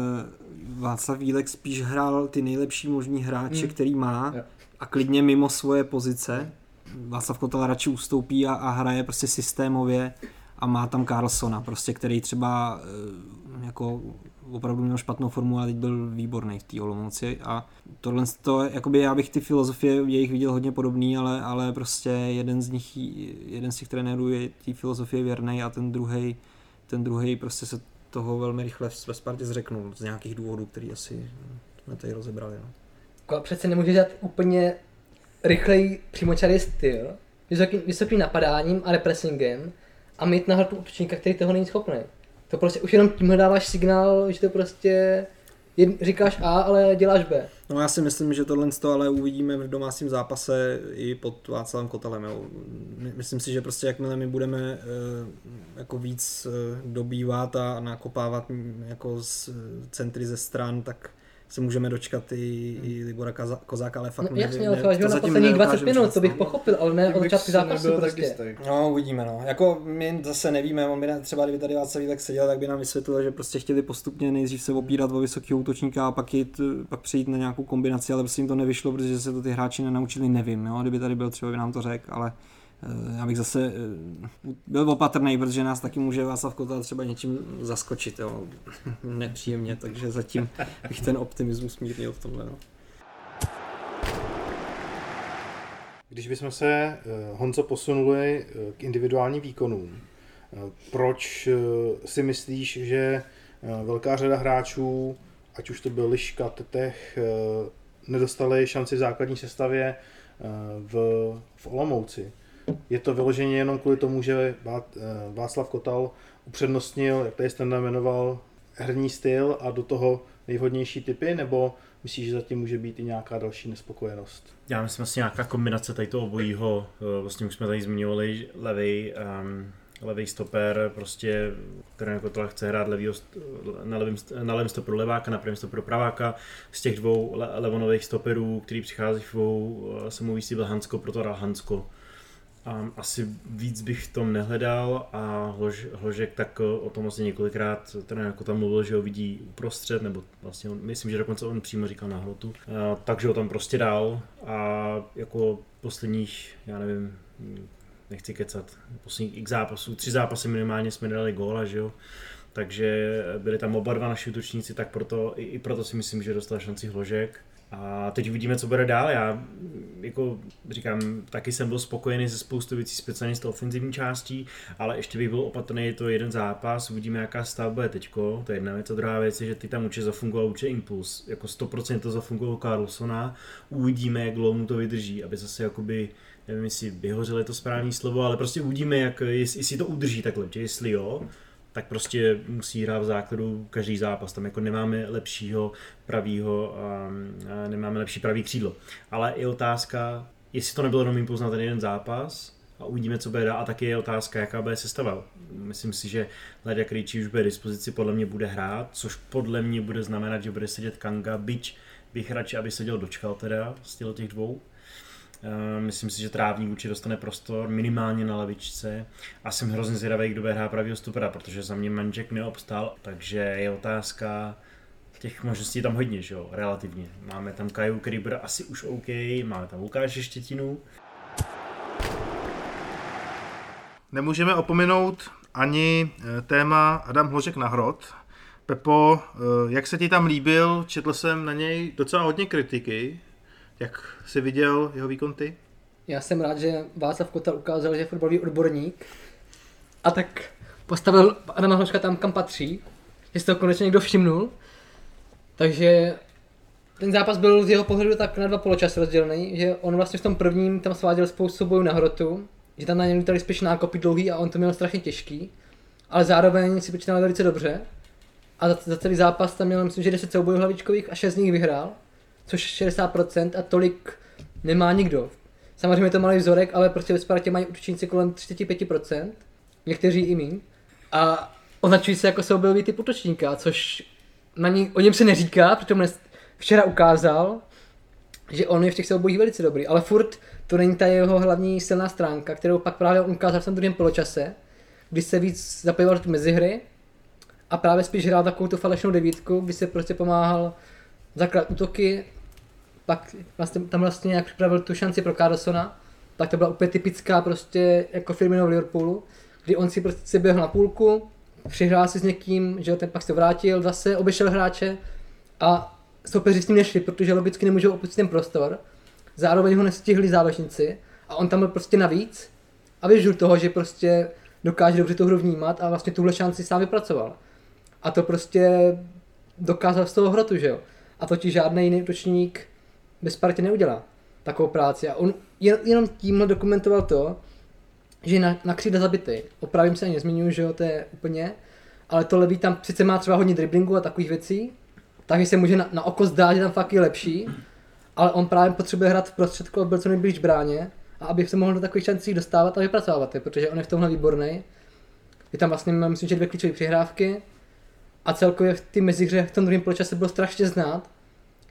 uh, Václav Jílek spíš hrál ty nejlepší možný hráče, hmm. který má jo. a klidně mimo svoje pozice. Václav Kotal radši ustoupí a, a hraje prostě systémově. A má tam Carlsona, prostě, který třeba jako opravdu měl špatnou formu, ale teď byl výborný v té Olomouci. A tohle to, jakoby já bych ty filozofie jejich viděl hodně podobný, ale, ale prostě jeden z nich, jeden z těch trenérů je té filozofie věrnej a ten druhej, ten druhej prostě se toho velmi rychle ve Spartě zřeknul z nějakých důvodů, který asi jsme tady rozebrali. No. Přece nemůže dělat úplně rychlej přímočarý styl, vysoký, vysokým napadáním a repressingem, a mít nahled útočníka, který toho není schopný. To prostě už jenom tímhle dáváš signál, že to prostě jed, říkáš A, ale děláš B. No já si myslím, že tohle to ale uvidíme v domácím zápase i pod Václavem Kotalem. Jo. Myslím si, že prostě jakmile my budeme jako víc dobývat a nakopávat jako z centry ze stran, tak, se můžeme dočkat i, i Libora Kaza- Kozáka, ale fakt No, ne, jasně, ne, ale to, že to na zatím posledních dvacet nedokážem minut, říct, to bych no. pochopil, ale ne od Kdybych začátku si zápasu nebyl tak prostě. jistý. No, uvidíme, no. Jako my zase nevíme, on by ne, třeba kdyby tady Václav Vílek seděl, tak by nám vysvětlil, že prostě chtěli postupně nejdřív se opírat o vysokého útočníka a pak, jít, pak přijít na nějakou kombinaci, ale prostě jim to nevyšlo, protože se to ty hráči nenaučili, nevím, jo. Kdyby tady byl, třeba by nám to řekl, ale já bych zase byl opatrný, protože nás taky může Václav Kotal třeba něčím zaskočit, jo. Nepříjemně, takže zatím bych ten optimismus mírnil v tomhle, no. Když bychom se, Honzo, posunuli k individuálním výkonům, proč si myslíš, že velká řada hráčů, ať už to byl Liška, Tetech, nedostali šanci v základní sestavě v, v Olomouci? Je to vyloženě jenom kvůli tomu, že Václav Kotal upřednostnil, jak tady Standa jmenoval, herní styl a do toho nejvhodnější typy, nebo myslíš, že zatím může být i nějaká další nespokojenost? Já myslím asi nějaká kombinace tady toho obojího, vlastně už jsme tady zmiňovali levej, um, levej stoper, prostě Trenér Kotal chce hrát levýho, na, levém, na levém stoperu leváka, na pravém stoperu praváka. Z těch dvou le, levonových stoperů, který přichází v se mu byl Hansko, proto hrál Hansko. Um, asi víc bych v tom nehledal a Hlož, Hložek tak o tom vlastně několikrát ten jako tam mluvil, že ho vidí uprostřed, nebo vlastně on, myslím, že dokonce on přímo říkal na hrotu, uh, takže ho tam prostě dal a jako posledních, já nevím, nechci kecat, posledních x zápasů, tři zápasy minimálně jsme dali góla, že jo, takže byli tam oba dva naši útočníci, tak proto, i, i proto si myslím, že dostal šanci Hložek. A teď uvidíme, co bude dál. Já jako říkám, taky jsem byl spokojený se spoustou věcí, speciálně z toho ofenzivní částí, ale ještě bych byl opatrný, je to jeden zápas, uvidíme, jaká stav bude teďko, to je jedna věc, a druhá věc je, že ty tam určitě zafungoval určitě impuls, jako sto procent to zafungovalo Carlsona, uvidíme, jak dlouho mu to vydrží, aby zase jakoby, nevím, jestli vyhořelo je to správné slovo, ale prostě uvidíme, jak, jestli, jestli to udrží takhle, jestli jo, tak prostě musí hrát v základu každý zápas. Tam jako nemáme lepšího pravýho, a nemáme lepší pravý křídlo. Ale je otázka, jestli to nebylo jenom impuls na ten jeden zápas a uvidíme, co bude dál. A taky je otázka, jaká bude sestava. Myslím si, že Ledja Krejčí už bude dispozici, podle mě bude hrát, což podle mě bude znamenat, že bude sedět Kanga, byť bych radši, aby seděl Dočkal teda z těch dvou. Myslím si, že Trávník určitě dostane prostor minimálně na lavičce a jsem hrozně zvědavý, kdo bude hrát pravýho stopera, protože za mě Manžek neobstál, takže je otázka, těch možností je tam hodně, že jo, relativně. Máme tam Kaju, který bude asi už OK, máme tam Lukáše Štětinu. Nemůžeme opomenout ani téma Adam Hložek na hrot. Pepo, jak se ti tam líbil? Četl jsem na něj docela hodně kritiky. Jak jsi viděl jeho výkon ty? Já jsem rád, že Václav Kotal ukázal, že je fotbalový odborník a tak postavil Adama Hložka tam, kam patří, že si to konečně někdo všimnul. Takže ten zápas byl z jeho pohledu tak na dva poločasy rozdělený, že on vlastně v tom prvním tam sváděl spoustu bojů na hrotu, že tam na něm lítali spíš nákopy dlouhý a on to měl strašně těžký, ale zároveň si počínal velice dobře a za, za celý zápas tam měl, myslím, že deset soubojů hlavičkových a šest z nich vyhrál, což šedesát procent a tolik nemá nikdo. Samozřejmě je to malý vzorek, ale prostě ve Spartě mají útočníci kolem třicet pět procent, někteří i míň. A označují se jako soubojový typ útočníka, což na ní, o něm se neříká, protože včera ukázal, že on je v těch soubojích velice dobrý, ale furt to není ta jeho hlavní silná stránka, kterou pak právě on ukázal v tom druhém poločase, kdy se víc zapojoval do mezihry a právě spíš hrál takovou tu falešnou devítku, kdy se prostě pomáhal zakrát útoky, pak vlastně, tam vlastně nějak připravil tu šanci pro Carlsona, tak to byla úplně typická prostě jako Firmino v Liverpoolu, kdy on si prostě běhl na půlku, přihrál si s někým, že ten pak se vrátil, zase obešel hráče a soupeři s ním nešli, protože logicky nemůžou opustit ten prostor, zároveň ho nestihli záložníci a on tam byl prostě navíc a využil toho, že prostě dokáže dobře tu hru vnímat a vlastně tuhle šanci sám vypracoval. A to prostě dokázal z toho hrotu, že jo. A totiž žádný jiný útočník ve Spartě neudělá takovou práci. A on jen, jenom tímhle dokumentoval to, že je na, na křídle zabitý. Opravím se ani nezmiňuji, že jo, to je úplně. Ale to levý tam sice má třeba hodně driblingu a takových věcí, takže se může na, na oko zdát, že tam fakt je lepší, ale on právě potřebuje hrát v prostředku, aby byl co nejblíž bráně a aby se mohl do takových šancí dostávat a vypracovávat je, protože on je v tomhle výborný. Je tam vlastně, myslím, že dvě klíčové přihrávky a celkově v té mezihře v tom druhém poločase bylo strašně znát,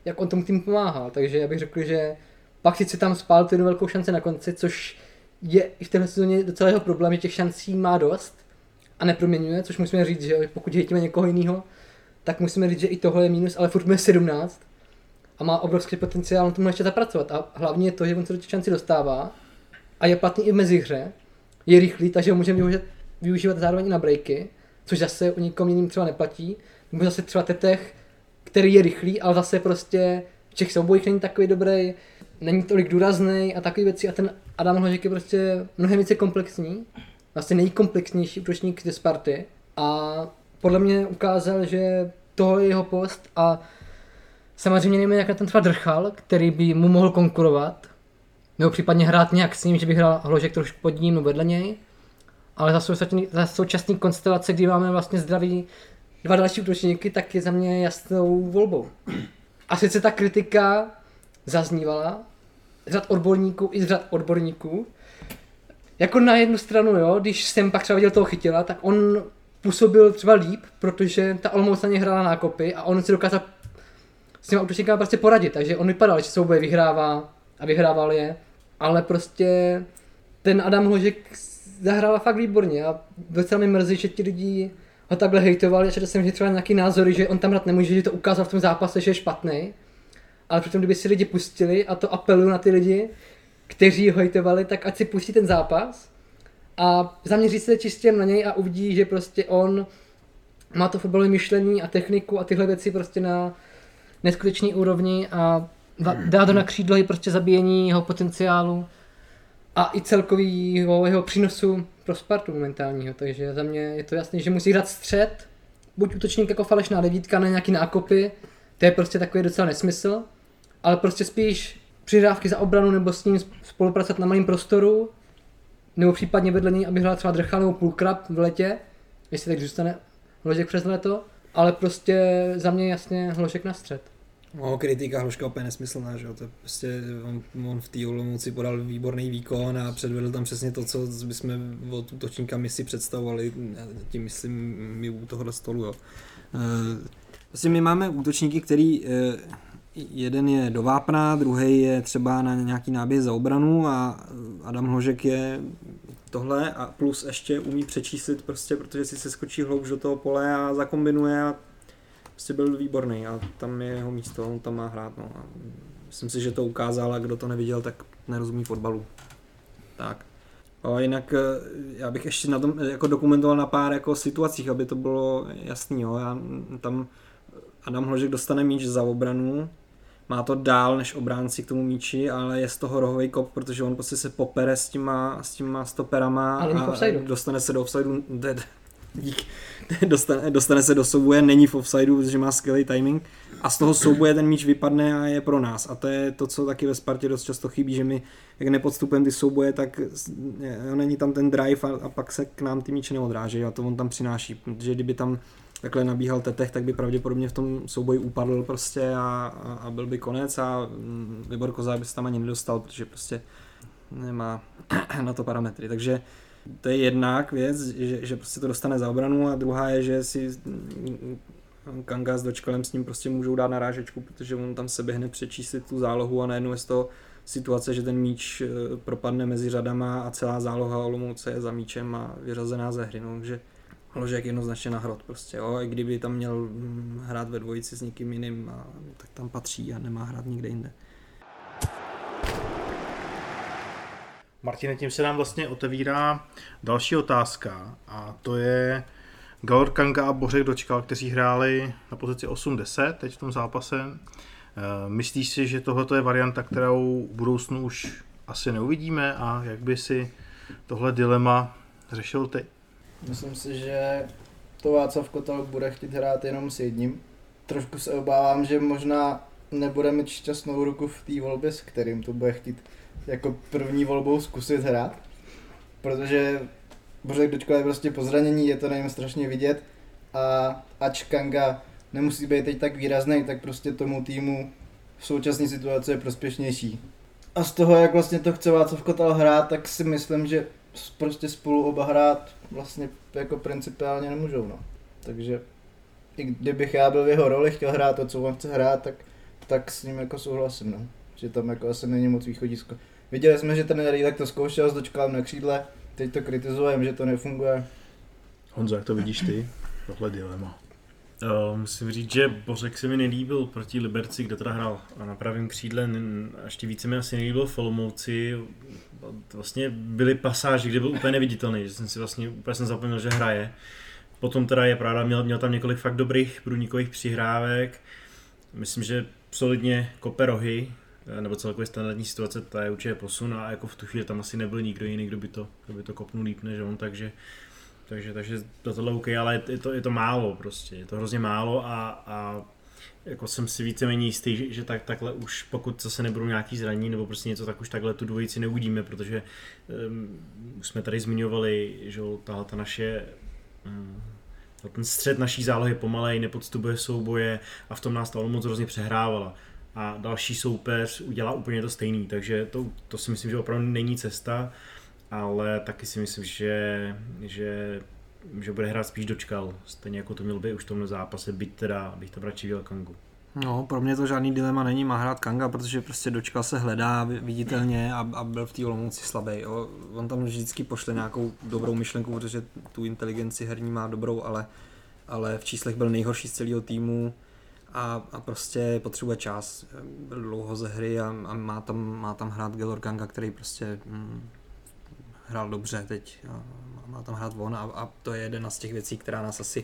jak on tomu tým pomáhá. Takže já bych řekl, že pak sice tam spál tu jednu velkou šanci na konci, což je i v téhle sezóně docela jeho problém, že těch šancí má dost a neproměňuje, což musíme říct, že pokud hejtíme někoho jiného, tak musíme říct, že i tohle je mínus, ale furt má sedmnáct a má obrovský potenciál na tomhle ještě zapracovat. A hlavně je to, že on se do těch šancí dostává a je platný i v mezihře, je rychlý, takže ho můžeme využít, využívat zároveň i na breaky, což zase u nikom jiným třeba neplatí. Nebo zase třeba Tetech, který je rychlý, ale zase prostě v těch soubojích není takový dobrý, není tolik důrazný a takové věci a ten Adam Hložek je prostě mnohem více komplexní, vlastně nejkomplexnější útočník ze Sparty a podle mě ukázal, že toho je jeho post a samozřejmě nevíme, jak na ten třeba Drchal, který by mu mohl konkurovat, nebo případně hrát nějak s ním, že by hrál Hložek trošku pod ním nebo vedle něj, ale za současný, za současný konstelace, kdy máme vlastně zdraví dva další útočníky, tak je za mě jasnou volbou. A sice ta kritika zaznívala z řad odborníků i z řad odborníků. Jako na jednu stranu, jo, když jsem pak třeba viděl toho Chytila, tak on působil třeba líp, protože ta Olomouc na něj hrála nákopy a on si dokázal s těma útočníkama prostě poradit, takže on vypadal, že souboje vyhrává a vyhrával je, ale prostě ten Adam Hložek zahrál fakt výborně a docela mi mrzí, že ti lidi ho takhle hejtovali a četl jsem, že třeba nějaký názory, že on tam hrát nemůže, že to ukázal v tom zápase, že je špatný. Ale přitom, kdyby si lidi pustili, a to apeluju na ty lidi, kteří ho hejtovali, tak ať si pustí ten zápas a zaměří se čistě na něj a uvidí, že prostě on má to fotbalové myšlení a techniku a tyhle věci prostě na neskutečný úrovni a dá to na křídlo i prostě zabíjení jeho potenciálu a i celkovýho jeho přínosu pro Spartu momentálního, takže za mě je to jasný, že musí hrát střed, buď útočník jako falešná devítka na nějaký nákopy, to je prostě takový docela nesmysl, ale prostě spíš přihrávky za obranu nebo s ním spolupracovat na malém prostoru, nebo případně vedle ní, aby hrál třeba Drchal nebo Půlkrab v letě, jestli tak zůstane Hložek přes léto, ale prostě za mě jasně Hložek na střed. No, kritika Hložka úplně nesmyslná, že jo, to je prostě, on, on v té Olomouci podal výborný výkon a předvedl tam přesně to, co bychom od útočníka my si představovali, tím myslím my u tohohle stolu, jo. Vlastně my máme útočníky, který jeden je do vápna, druhý je třeba na nějaký náběh za obranu a Adam Hložek je tohle a plus ještě umí přečíslit prostě, protože si se skočí hloubš do toho pole a zakombinuje a prostě byl výborný a tam je jeho místo, on tam má hrát, no. A myslím si, že to ukázal a kdo to neviděl, tak nerozumí fotbalu. Tak. A jinak já bych ještě na tom jako dokumentoval na pár jako situacích, aby to bylo jasný, jo. Já, tam Adam Hložek dostane míč za obranu, má to dál než obránci k tomu míči, ale je z toho rohový kop, protože on prostě se popere s těma, s těma stoperama a dostane se do offsideu. Dík. Dostane, dostane se do souboje, není v offsideu, protože má skvělý timing a z toho souboje ten míč vypadne a je pro nás. A to je to, co taky ve Spartě dost často chybí, že my, jak nepodstupujeme ty souboje, tak není tam ten drive a, a pak se k nám ty míče neodrážejí a to on tam přináší. Protože kdyby tam takhle nabíhal Tetech, tak by pravděpodobně v tom souboji upadl prostě a, a, a byl by konec a Libor Kozák by se tam ani nedostal, protože prostě nemá na to parametry. Takže to je jednak věc, že, že prostě to dostane za obranu a druhá je, že si Kanga s Dočkalem s ním prostě můžou dát narážečku, protože on tam sebe hned přečíslit tu zálohu a najednou je z toho situace, že ten míč propadne mezi řadama a celá záloha Olomouce je za míčem a vyřazená ze hry, no, takže Hložek jednoznačně na hrot prostě, jo, i kdyby tam měl hrát ve dvojici s někým jiným, a, tak tam patří a nemá hrát nikde jinde. Martine, tím se nám vlastně otevírá další otázka a to je Gavor Kanga a Bořek Dočkal, kteří hráli na pozici osm deset teď v tom zápase. Myslíš si, že tohle je varianta, kterou v budoucnu už asi neuvidíme a jak by si tohle dilema řešil ty? Myslím si, že to Václav Kotal bude chtít hrát jenom s jedním. Trošku se obávám, že možná nebude mít šťastnou ruku v té volbě, s kterým to bude chtít jako první volbou zkusit hrát. Protože Bořek Dočkal je prostě po zranění, je to na něm strašně vidět a ač Kanga nemusí být teď tak výrazný, tak prostě tomu týmu v současné situaci je prospěšnější. A z toho, jak vlastně to chce Václav Kotal hrát, tak si myslím, že prostě spolu oba hrát vlastně jako principiálně nemůžou, no. Takže i kdybych já byl v jeho roli, chtěl hrát to, co on chce hrát, tak tak s ním jako souhlasím, no. Že tam jako asi není moc východisko. Viděli jsme, že ten Rýlek to zkoušel s Dočkalem na křídle, teď to kritizujeme, že to nefunguje. Honzo, jak to vidíš ty? Tohle dilema. Uh, musím říct, že Bořek se mi nelíbil proti Liberci, kde teda hrál na pravém křídle, a ještě více mi asi nelíbil v Olomouci. Vlastně byly pasáže, kde byl úplně neviditelný, že jsem si vlastně úplně jsem zapomněl, že hraje. Potom teda je pravda, měl, měl tam několik fakt dobrých průnikových přihrávek. Myslím, že solidně kope rohy, nebo celkově standardní situace, ta je určitě posun a jako v tu chvíli tam asi nebyl nikdo jiný, kdo by to, kdo by to kopnul líp než on, takže Takže, takže to tohle OK, ale je to, je to málo prostě, je to hrozně málo a, a jako jsem si víceméně jistý, že, že tak, takhle už pokud zase nebudou nějaký zranění nebo prostě něco, tak už takhle tu dvojici neuvidíme, protože um, už jsme tady zmiňovali, že tahle ta naše, um, ten střed naší zálohy pomalej, nepodstupuje souboje a v tom nás ta Olomouc hrozně přehrávala. A další soupeř udělá úplně to stejný, takže to, to si myslím, že opravdu není cesta. Ale taky si myslím, že, že, že bude hrát spíš Dočkal, stejně jako to měl být už v tomhle zápase, byť teda bych to radši viděl Kangu. No, pro mě to žádný dilema není, má hrát Kanga, protože prostě Dočkal se hledá viditelně a, a byl v té Olomouci slabý. Jo. On tam vždycky pošle nějakou dobrou myšlenku, protože tu inteligenci herní má dobrou, ale, ale v číslech byl nejhorší z celého týmu a, a prostě potřebuje čas. Byl dlouho ze hry a, a má, tam, má tam hrát Gelor Kanga, který prostě mm, hrál dobře teď, má tam hrát on a, a to je jedna z těch věcí, která nás asi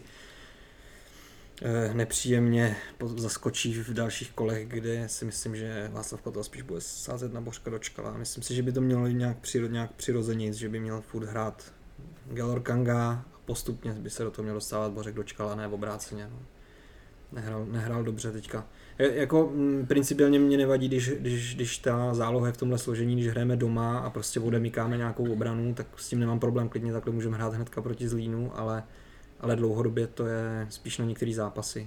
eh, nepříjemně zaskočí v dalších kolech, kde si myslím, že Václav Kotel spíš bude sázet na Bořka Dočkala. Myslím si, že by to mělo nějak, přiro, nějak přirozenit, že by měl furt hrát Gelor Kanga a postupně by se do toho měl dostávat Bořek Dočkala, ne v obráceně. No. Nehrál, nehrál dobře teďka. Je, jako m, principiálně mě nevadí, když, když, když ta záloha je v tomhle složení, když hrajeme doma a prostě odemykáme nějakou obranu, tak s tím nemám problém, klidně takhle můžeme hrát hnedka proti Zlínu, ale, ale dlouhodobě to je spíš na některé zápasy.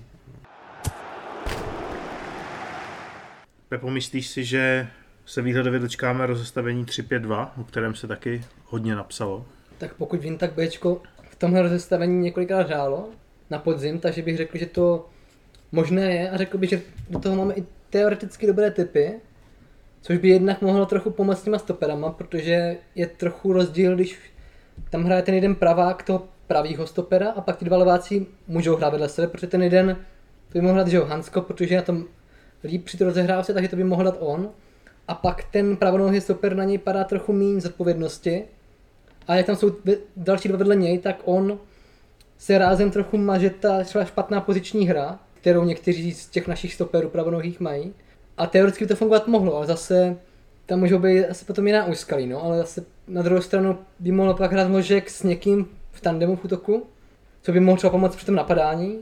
Pepo, myslíš si, že se výhledově dočkáme rozestavení tři pět dva, o kterém se taky hodně napsalo? Tak pokud vím, tak Bčko v tomhle rozestavení několikrát hrálo na podzim, takže bych řekl, že to možné je a řekl bych, že do toho máme i teoreticky dobré tipy, což by jednak mohlo trochu pomoct s těma stoperama, protože je trochu rozdíl, když tam hraje ten jeden pravák toho pravýho stopera a pak ti dva leváci můžou hrát vedle sebe, protože ten jeden, to by mohl hrát, že jo, Hansko, protože na tom líp při to rozehrávce, takže to by mohl dát on. A pak ten pravonohý stoper na něj padá trochu méně zodpovědnosti. A jak tam jsou další dva vedle něj, tak on se rázem trochu maže ta třeba špatná poziční hra, kterou někteří z těch našich stoperů pravonohých mají. A teoreticky by to fungovat mohlo, ale zase tam můžou být asi potom jiná úskalí, no, ale zase na druhou stranu by mohl pak hrát Možek s někým v tandemu v útoku, co by mohl třeba pomoct při tom napadání.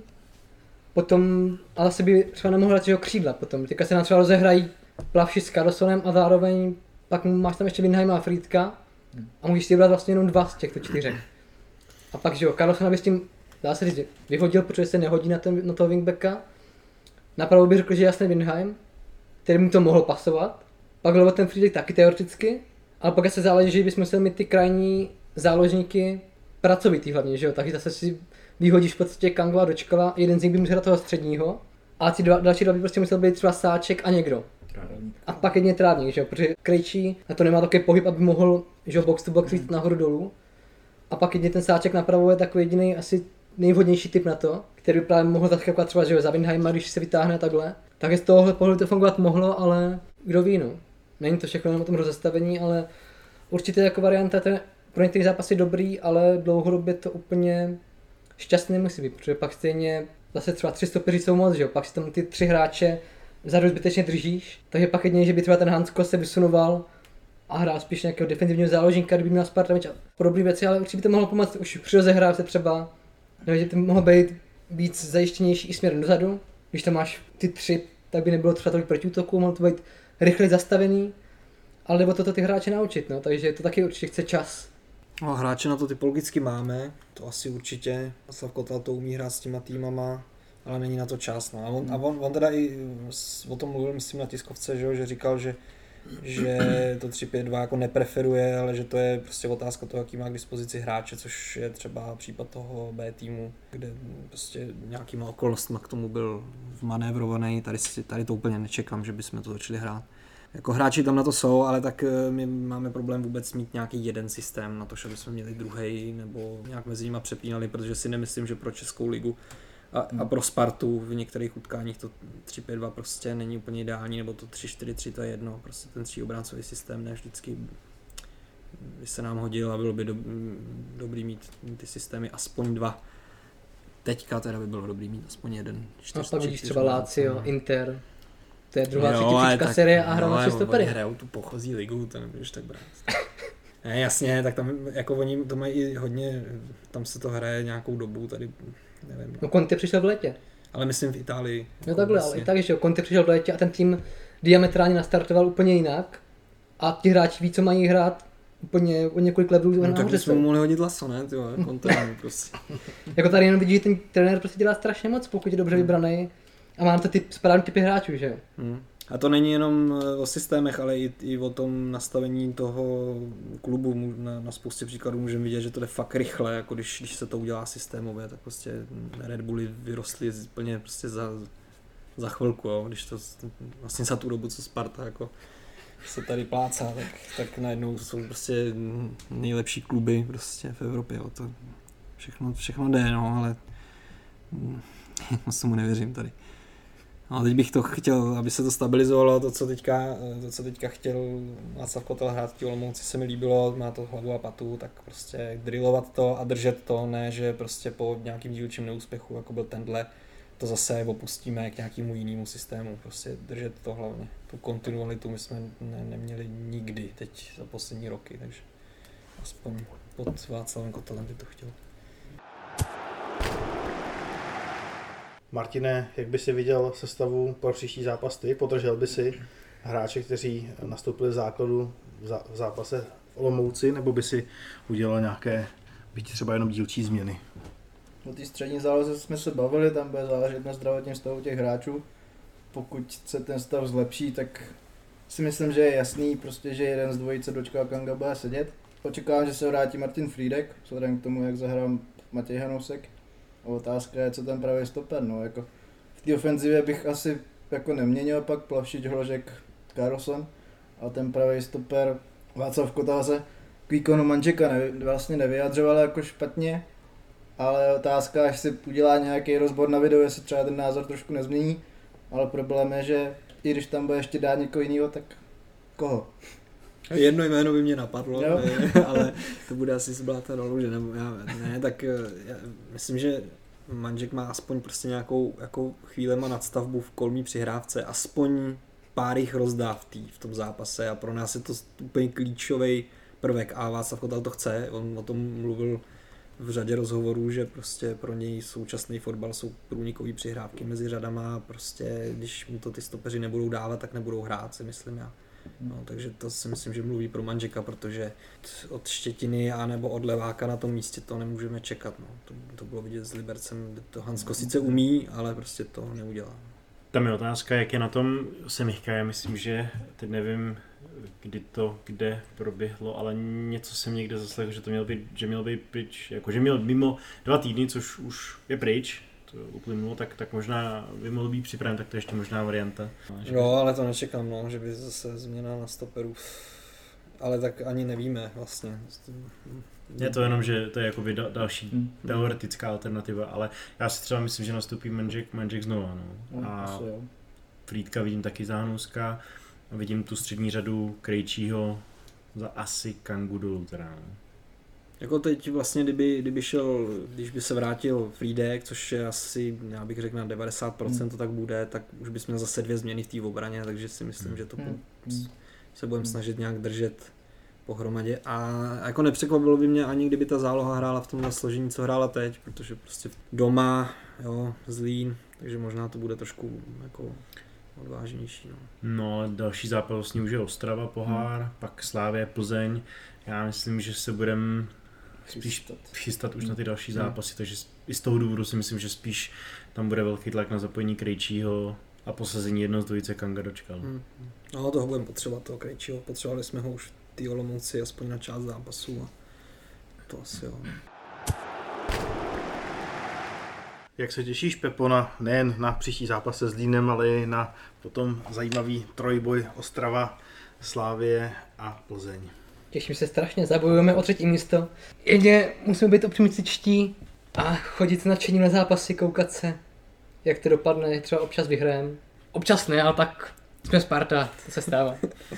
Potom, ale asi by třeba nemohl hrát jeho křídla potom, teďka se nám třeba rozehrají Plavši s Karlsonem a zároveň pak máš tam ještě Windheima a Frýdka a můžeš si vybrat vlastně jenom dva z těchto čtyřech. A pak, že jo, Karlsona by s tím, dá se říct, vyhodil, protože se nehodí na, ten, na toho wingbacka. Napravo bych řekl, že jasně Windheim, který mu to mohl pasovat. Pak byl ten Frýdek taky teoreticky, ale pak se záleží, že bychom museli mít ty krajní záložníky pracovitý hlavně, že jo, takže zase si vyhodíš v podstatě Kangu a Dočkala, jeden z nich by musel toho středního, a ty dva, další dva by prostě musel být třeba Sáček a někdo. Trávník. A pak jedně Trávník, že jo, protože Krejčí na to nemá takový pohyb, aby mohl, že jo, box to box jít nahoru dolů. A pak jedně ten Sáček napravo je takový jediný asi nejvhodnější typ na to, který by právě mohl zaskakovat třeba, že jo, za Windheima, když se vytáhne takhle. Takže z tohohle pohledu to fungovat mohlo, ale kdo ví, no. Není to všechno na tom rozestavení, ale určitě jako varianta to je pro některé zápasy dobrý, ale dlouhodobě to úplně šťastný nemusí být, protože pak stejně zase třeba tři stopeři jsou moc, že jo, pak si tam ty tři hráče vzadu zbytečně držíš, takže pak jedině, že by třeba ten Hansko se vysunoval a hrál spíš nějakého defenzivního záložníka, kdyby měl Sparta a podobné věci, ale určitě by to mohlo pomoct už při rozehrávce třeba, nebo že to mohlo být víc zajištěnější i směrem dozadu, když tam máš ty tři, tak by nebylo třeba tolik protiútoků, mohlo to být rychle zastavený, ale nebo toto ty hráče naučit, no, takže to taky určitě chce čas. No, hráče na to typologicky máme, to asi určitě. Václav Kotal to umí hrát s těma týmama, ale není na to čas. No. A, on, a on, on teda i o tom mluvil, myslím, na tiskovce, že, že říkal, že že to tři pět dva jako nepreferuje, ale že to je prostě otázka toho, jaký má k dispozici hráče, což je třeba případ toho B týmu, kde prostě nějakýma okolnostmi k tomu byl vmanévrovaný. Tady, si, tady to úplně nečekám, že bychom to začali hrát. Jako hráči tam na to jsou, ale tak my máme problém vůbec mít nějaký jeden systém na to, že bychom měli druhý nebo nějak mezi nimi přepínali, protože si nemyslím, že pro Českou ligu a, a pro Spartu v některých utkáních to tři pět dva prostě není úplně ideální, nebo to tři čtyři tři, to je jedno, prostě ten tříobráncový systém ne vždycky by se nám hodil a bylo by do, dobrý mít ty systémy aspoň dva. Teďka teda by bylo dobrý mít aspoň jeden. A pak vidíš třeba Lazio, Inter, to je druhá, jo, třetí příčka série a hrajou na tři stopery. Hrajou tu pochozí ligu, to nemůžeš tak brát. Ne, jasně, tak tam jako oni to mají i hodně, tam se to hraje nějakou dobu, tady nevím. No Conte přišel v létě. Ale myslím v Itálii. No jako takhle, vlastně. Ale i tak, že jo, Conte přišel v létě a ten tým diametrálně nastartoval úplně jinak a ti hráči ví, co mají hrát úplně o několik levelů no, nahoře. Tak bychom mohli hodit laso, ne? Ty vole, Conte, prostě. Jako tady jenom vidí, že ten trenér prostě dělá strašně moc, pokud je dobře vybraný a má na to ty správný typy hráčů, že jo. Hmm. A to není jenom o systémech, ale i, i o tom nastavení toho klubu. Na, na spoustě příkladů můžeme vidět, že to jde fakt rychle, jako když, když se to udělá systémově, tak prostě Red Bulli vyrostly úplně prostě za, za chvilku, jo. Když to vlastně za tu dobu, co Sparta jako se tady plácá, tak, tak najednou jsou prostě nejlepší kluby prostě v Evropě, jo. To všechno, všechno jde, no, ale moc tomu nevěřím tady. No, teď bych to chtěl, aby se to stabilizovalo, to, co teďka, to, co teďka chtěl Václav Kotel hrát v Olomouci, se mi líbilo, má to hlavu a patu, tak prostě drillovat to a držet to, ne, že prostě po nějakým dílčím neúspěchu, jako byl tenhle, to zase opustíme k nějakému jinému systému, prostě držet to hlavně. Tu kontinualitu my jsme ne, neměli nikdy teď za poslední roky, takže aspoň pod Václavem Kotelem by to chtěl. Martine, jak by si viděl sestavu pro příští zápas ty? Podržel by si hráče, kteří nastoupili v základu v zápase v Olomouci, nebo by si udělal nějaké, byť třeba jenom dílčí změny? O té střední záloze jsme se bavili, tam bude záležet na zdravotním stavu těch hráčů. Pokud se ten stav zlepší, tak si myslím, že je jasný, prostě, že jeden z dvojice Dočka Kanga bude sedět. Očekávám, že se vrátí Martin Friedek, vzhledem k tomu, jak zahrál Matěj Hanousek. A otázka je, co ten pravý stoper, no, jako v té ofenzivě bych asi jako neměnil pak Plavšič, Hložek, Carlson, a ten pravý stoper Václav Kotal se k výkonu Mandžeka ne, vlastně nevyjadřoval jako špatně, ale otázka, až si udělá nějaký rozbor na videu, jestli třeba ten názor trošku nezmění, ale problém je, že i když tam bude ještě dát někoho jiného, tak koho? Jedno jméno by mě napadlo, Jo. ale to bude asi zbláta dolů, že nebo já, ne, tak já myslím, že Mandžek má aspoň prostě nějakou jako chvílema nadstavbu v kolmí přihrávce, aspoň pár jich rozdá v, tý, v tom zápase a pro nás je to úplně klíčový prvek a Václav Kotal to chce, on o tom mluvil v řadě rozhovorů, že prostě pro něj současný fotbal jsou průnikový přihrávky mezi řadama a prostě když mu to ty stopeři nebudou dávat, tak nebudou hrát, si myslím já. No, takže to si myslím, že mluví pro Mandžeka, protože od Štětiny a nebo od Leváka na tom místě to nemůžeme čekat. No. To, to bylo vidět s Libercem, to Hansko sice umí, ale prostě to neudělá. Tam je otázka, jak je na tom Semichka. Já myslím, že teď nevím, kdy to kde proběhlo, ale něco jsem někde zaslechl, že to měl být, že měl být pryč, jako že měl mimo dva týdny, což už je pryč, to uplynulo, tak, tak možná by mohl být připraven, tak to je ještě možná varianta. Jo, ale to nečekám, no, že by zase změna na stoperu, ale tak ani nevíme vlastně. Je to jenom, že to je jakoby da- další teoretická alternativa, ale já si třeba myslím, že nastoupí Mandžek, Mandžek znova, no. A Frýdka vidím taky za Hanouska, a vidím tu střední řadu Krejčího za asi Kangu dolů teda, no. Jako teď vlastně, kdyby, kdyby šel, když by se vrátil Friedek, což je asi, já bych řekl na devadesát procent to tak bude, tak už bys měl zase dvě změny v té obraně, takže si myslím, že to se budeme snažit nějak držet pohromadě a jako nepřekvapilo by mě ani kdyby ta záloha hrála v tomhle složení, co hrála teď, protože prostě doma, jo, Zlín, takže možná to bude trošku jako odvážnější. No, no další zápas vlastně už je Ostrava, pohár, hmm. pak Slávie, Plzeň. Já myslím, že se budeme spíš chystat už na ty další zápasy, takže i z toho důvodu si myslím, že spíš tam bude velký tlak na zapojení Krejčího a posazení jedno z dvojice Kanga dočkal. Hmm. No toho budeme potřebovat, toho Krejčího. Potřebovali jsme ho už v té Olomouci aspoň na část zápasů a to asi jo. Jak se těšíš, Pepo, na, nejen na příští zápas se Zlínem, ale i na potom zajímavý trojboj Ostrava, Slávie a Plzeň? Těším se strašně, zabojujeme o třetí místo. Jedině musíme být optimističtí a chodit s nadšením na zápasy, koukat se, jak to dopadne, třeba občas vyhrajeme. Občas ne, ale tak jsme Sparta, to se stává.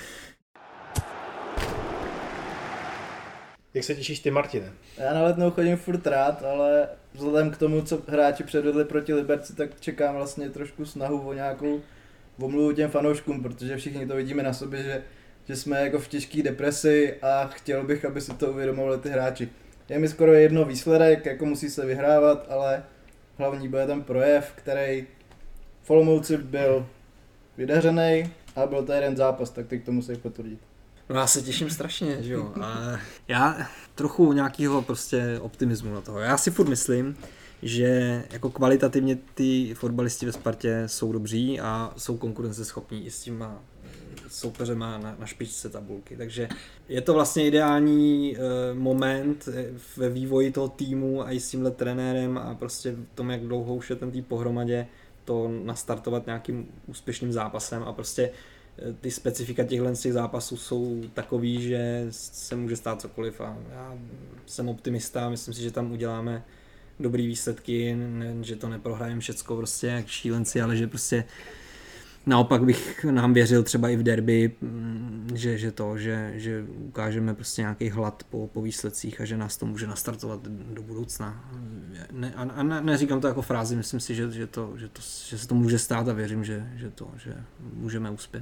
Jak se těšíš ty, Martine? Já na Letnou chodím furt rád, ale vzhledem k tomu, co hráči předvedli proti Liberci, tak čekám vlastně trošku snahu o nějakou omluvu těm fanouškům, protože všichni to vidíme na sobě, že, že jsme jako v těžké depresi a chtěl bych, aby si to uvědomovali ty hráči. Je mi skoro jedno výsledek, jako musí se vyhrávat, ale hlavní bude ten projev, který v Olomouci byl vydařený a byl to jeden zápas, tak ty k tomu musí potvrdit. No já se těším strašně, že jo, ale já trochu nějakého prostě optimismu na toho. Já si furt myslím, že jako kvalitativně ty fotbalisti ve Spartě jsou dobří a jsou konkurenceschopní i s těma soupeřema na, na špičce tabulky, takže je to vlastně ideální e, moment ve vývoji toho týmu a i s tímhle trenérem a prostě v tom, jak dlouho už je ten tým pohromadě, to nastartovat nějakým úspěšným zápasem a prostě ty specifika těchto těch zápasů jsou takový, že se může stát cokoliv a já jsem optimista, myslím si, že tam uděláme dobrý výsledky, ne, že to neprohrajeme všecko prostě jak šílenci, ale že prostě naopak bych nám věřil třeba i v derby, že, že to, že, že ukážeme prostě nějaký hlad po, po výsledcích a že nás to může nastartovat do budoucna. Ne, a, a ne, neříkám to jako frázi, myslím si, že, že, to, že, to, že se to může stát a věřím, že, že, to, že můžeme uspět.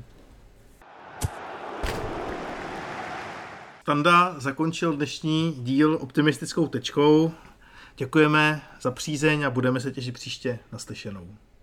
Standa zakončil dnešní díl optimistickou tečkou. Děkujeme za přízeň a budeme se těšit příště. Naslyšenou.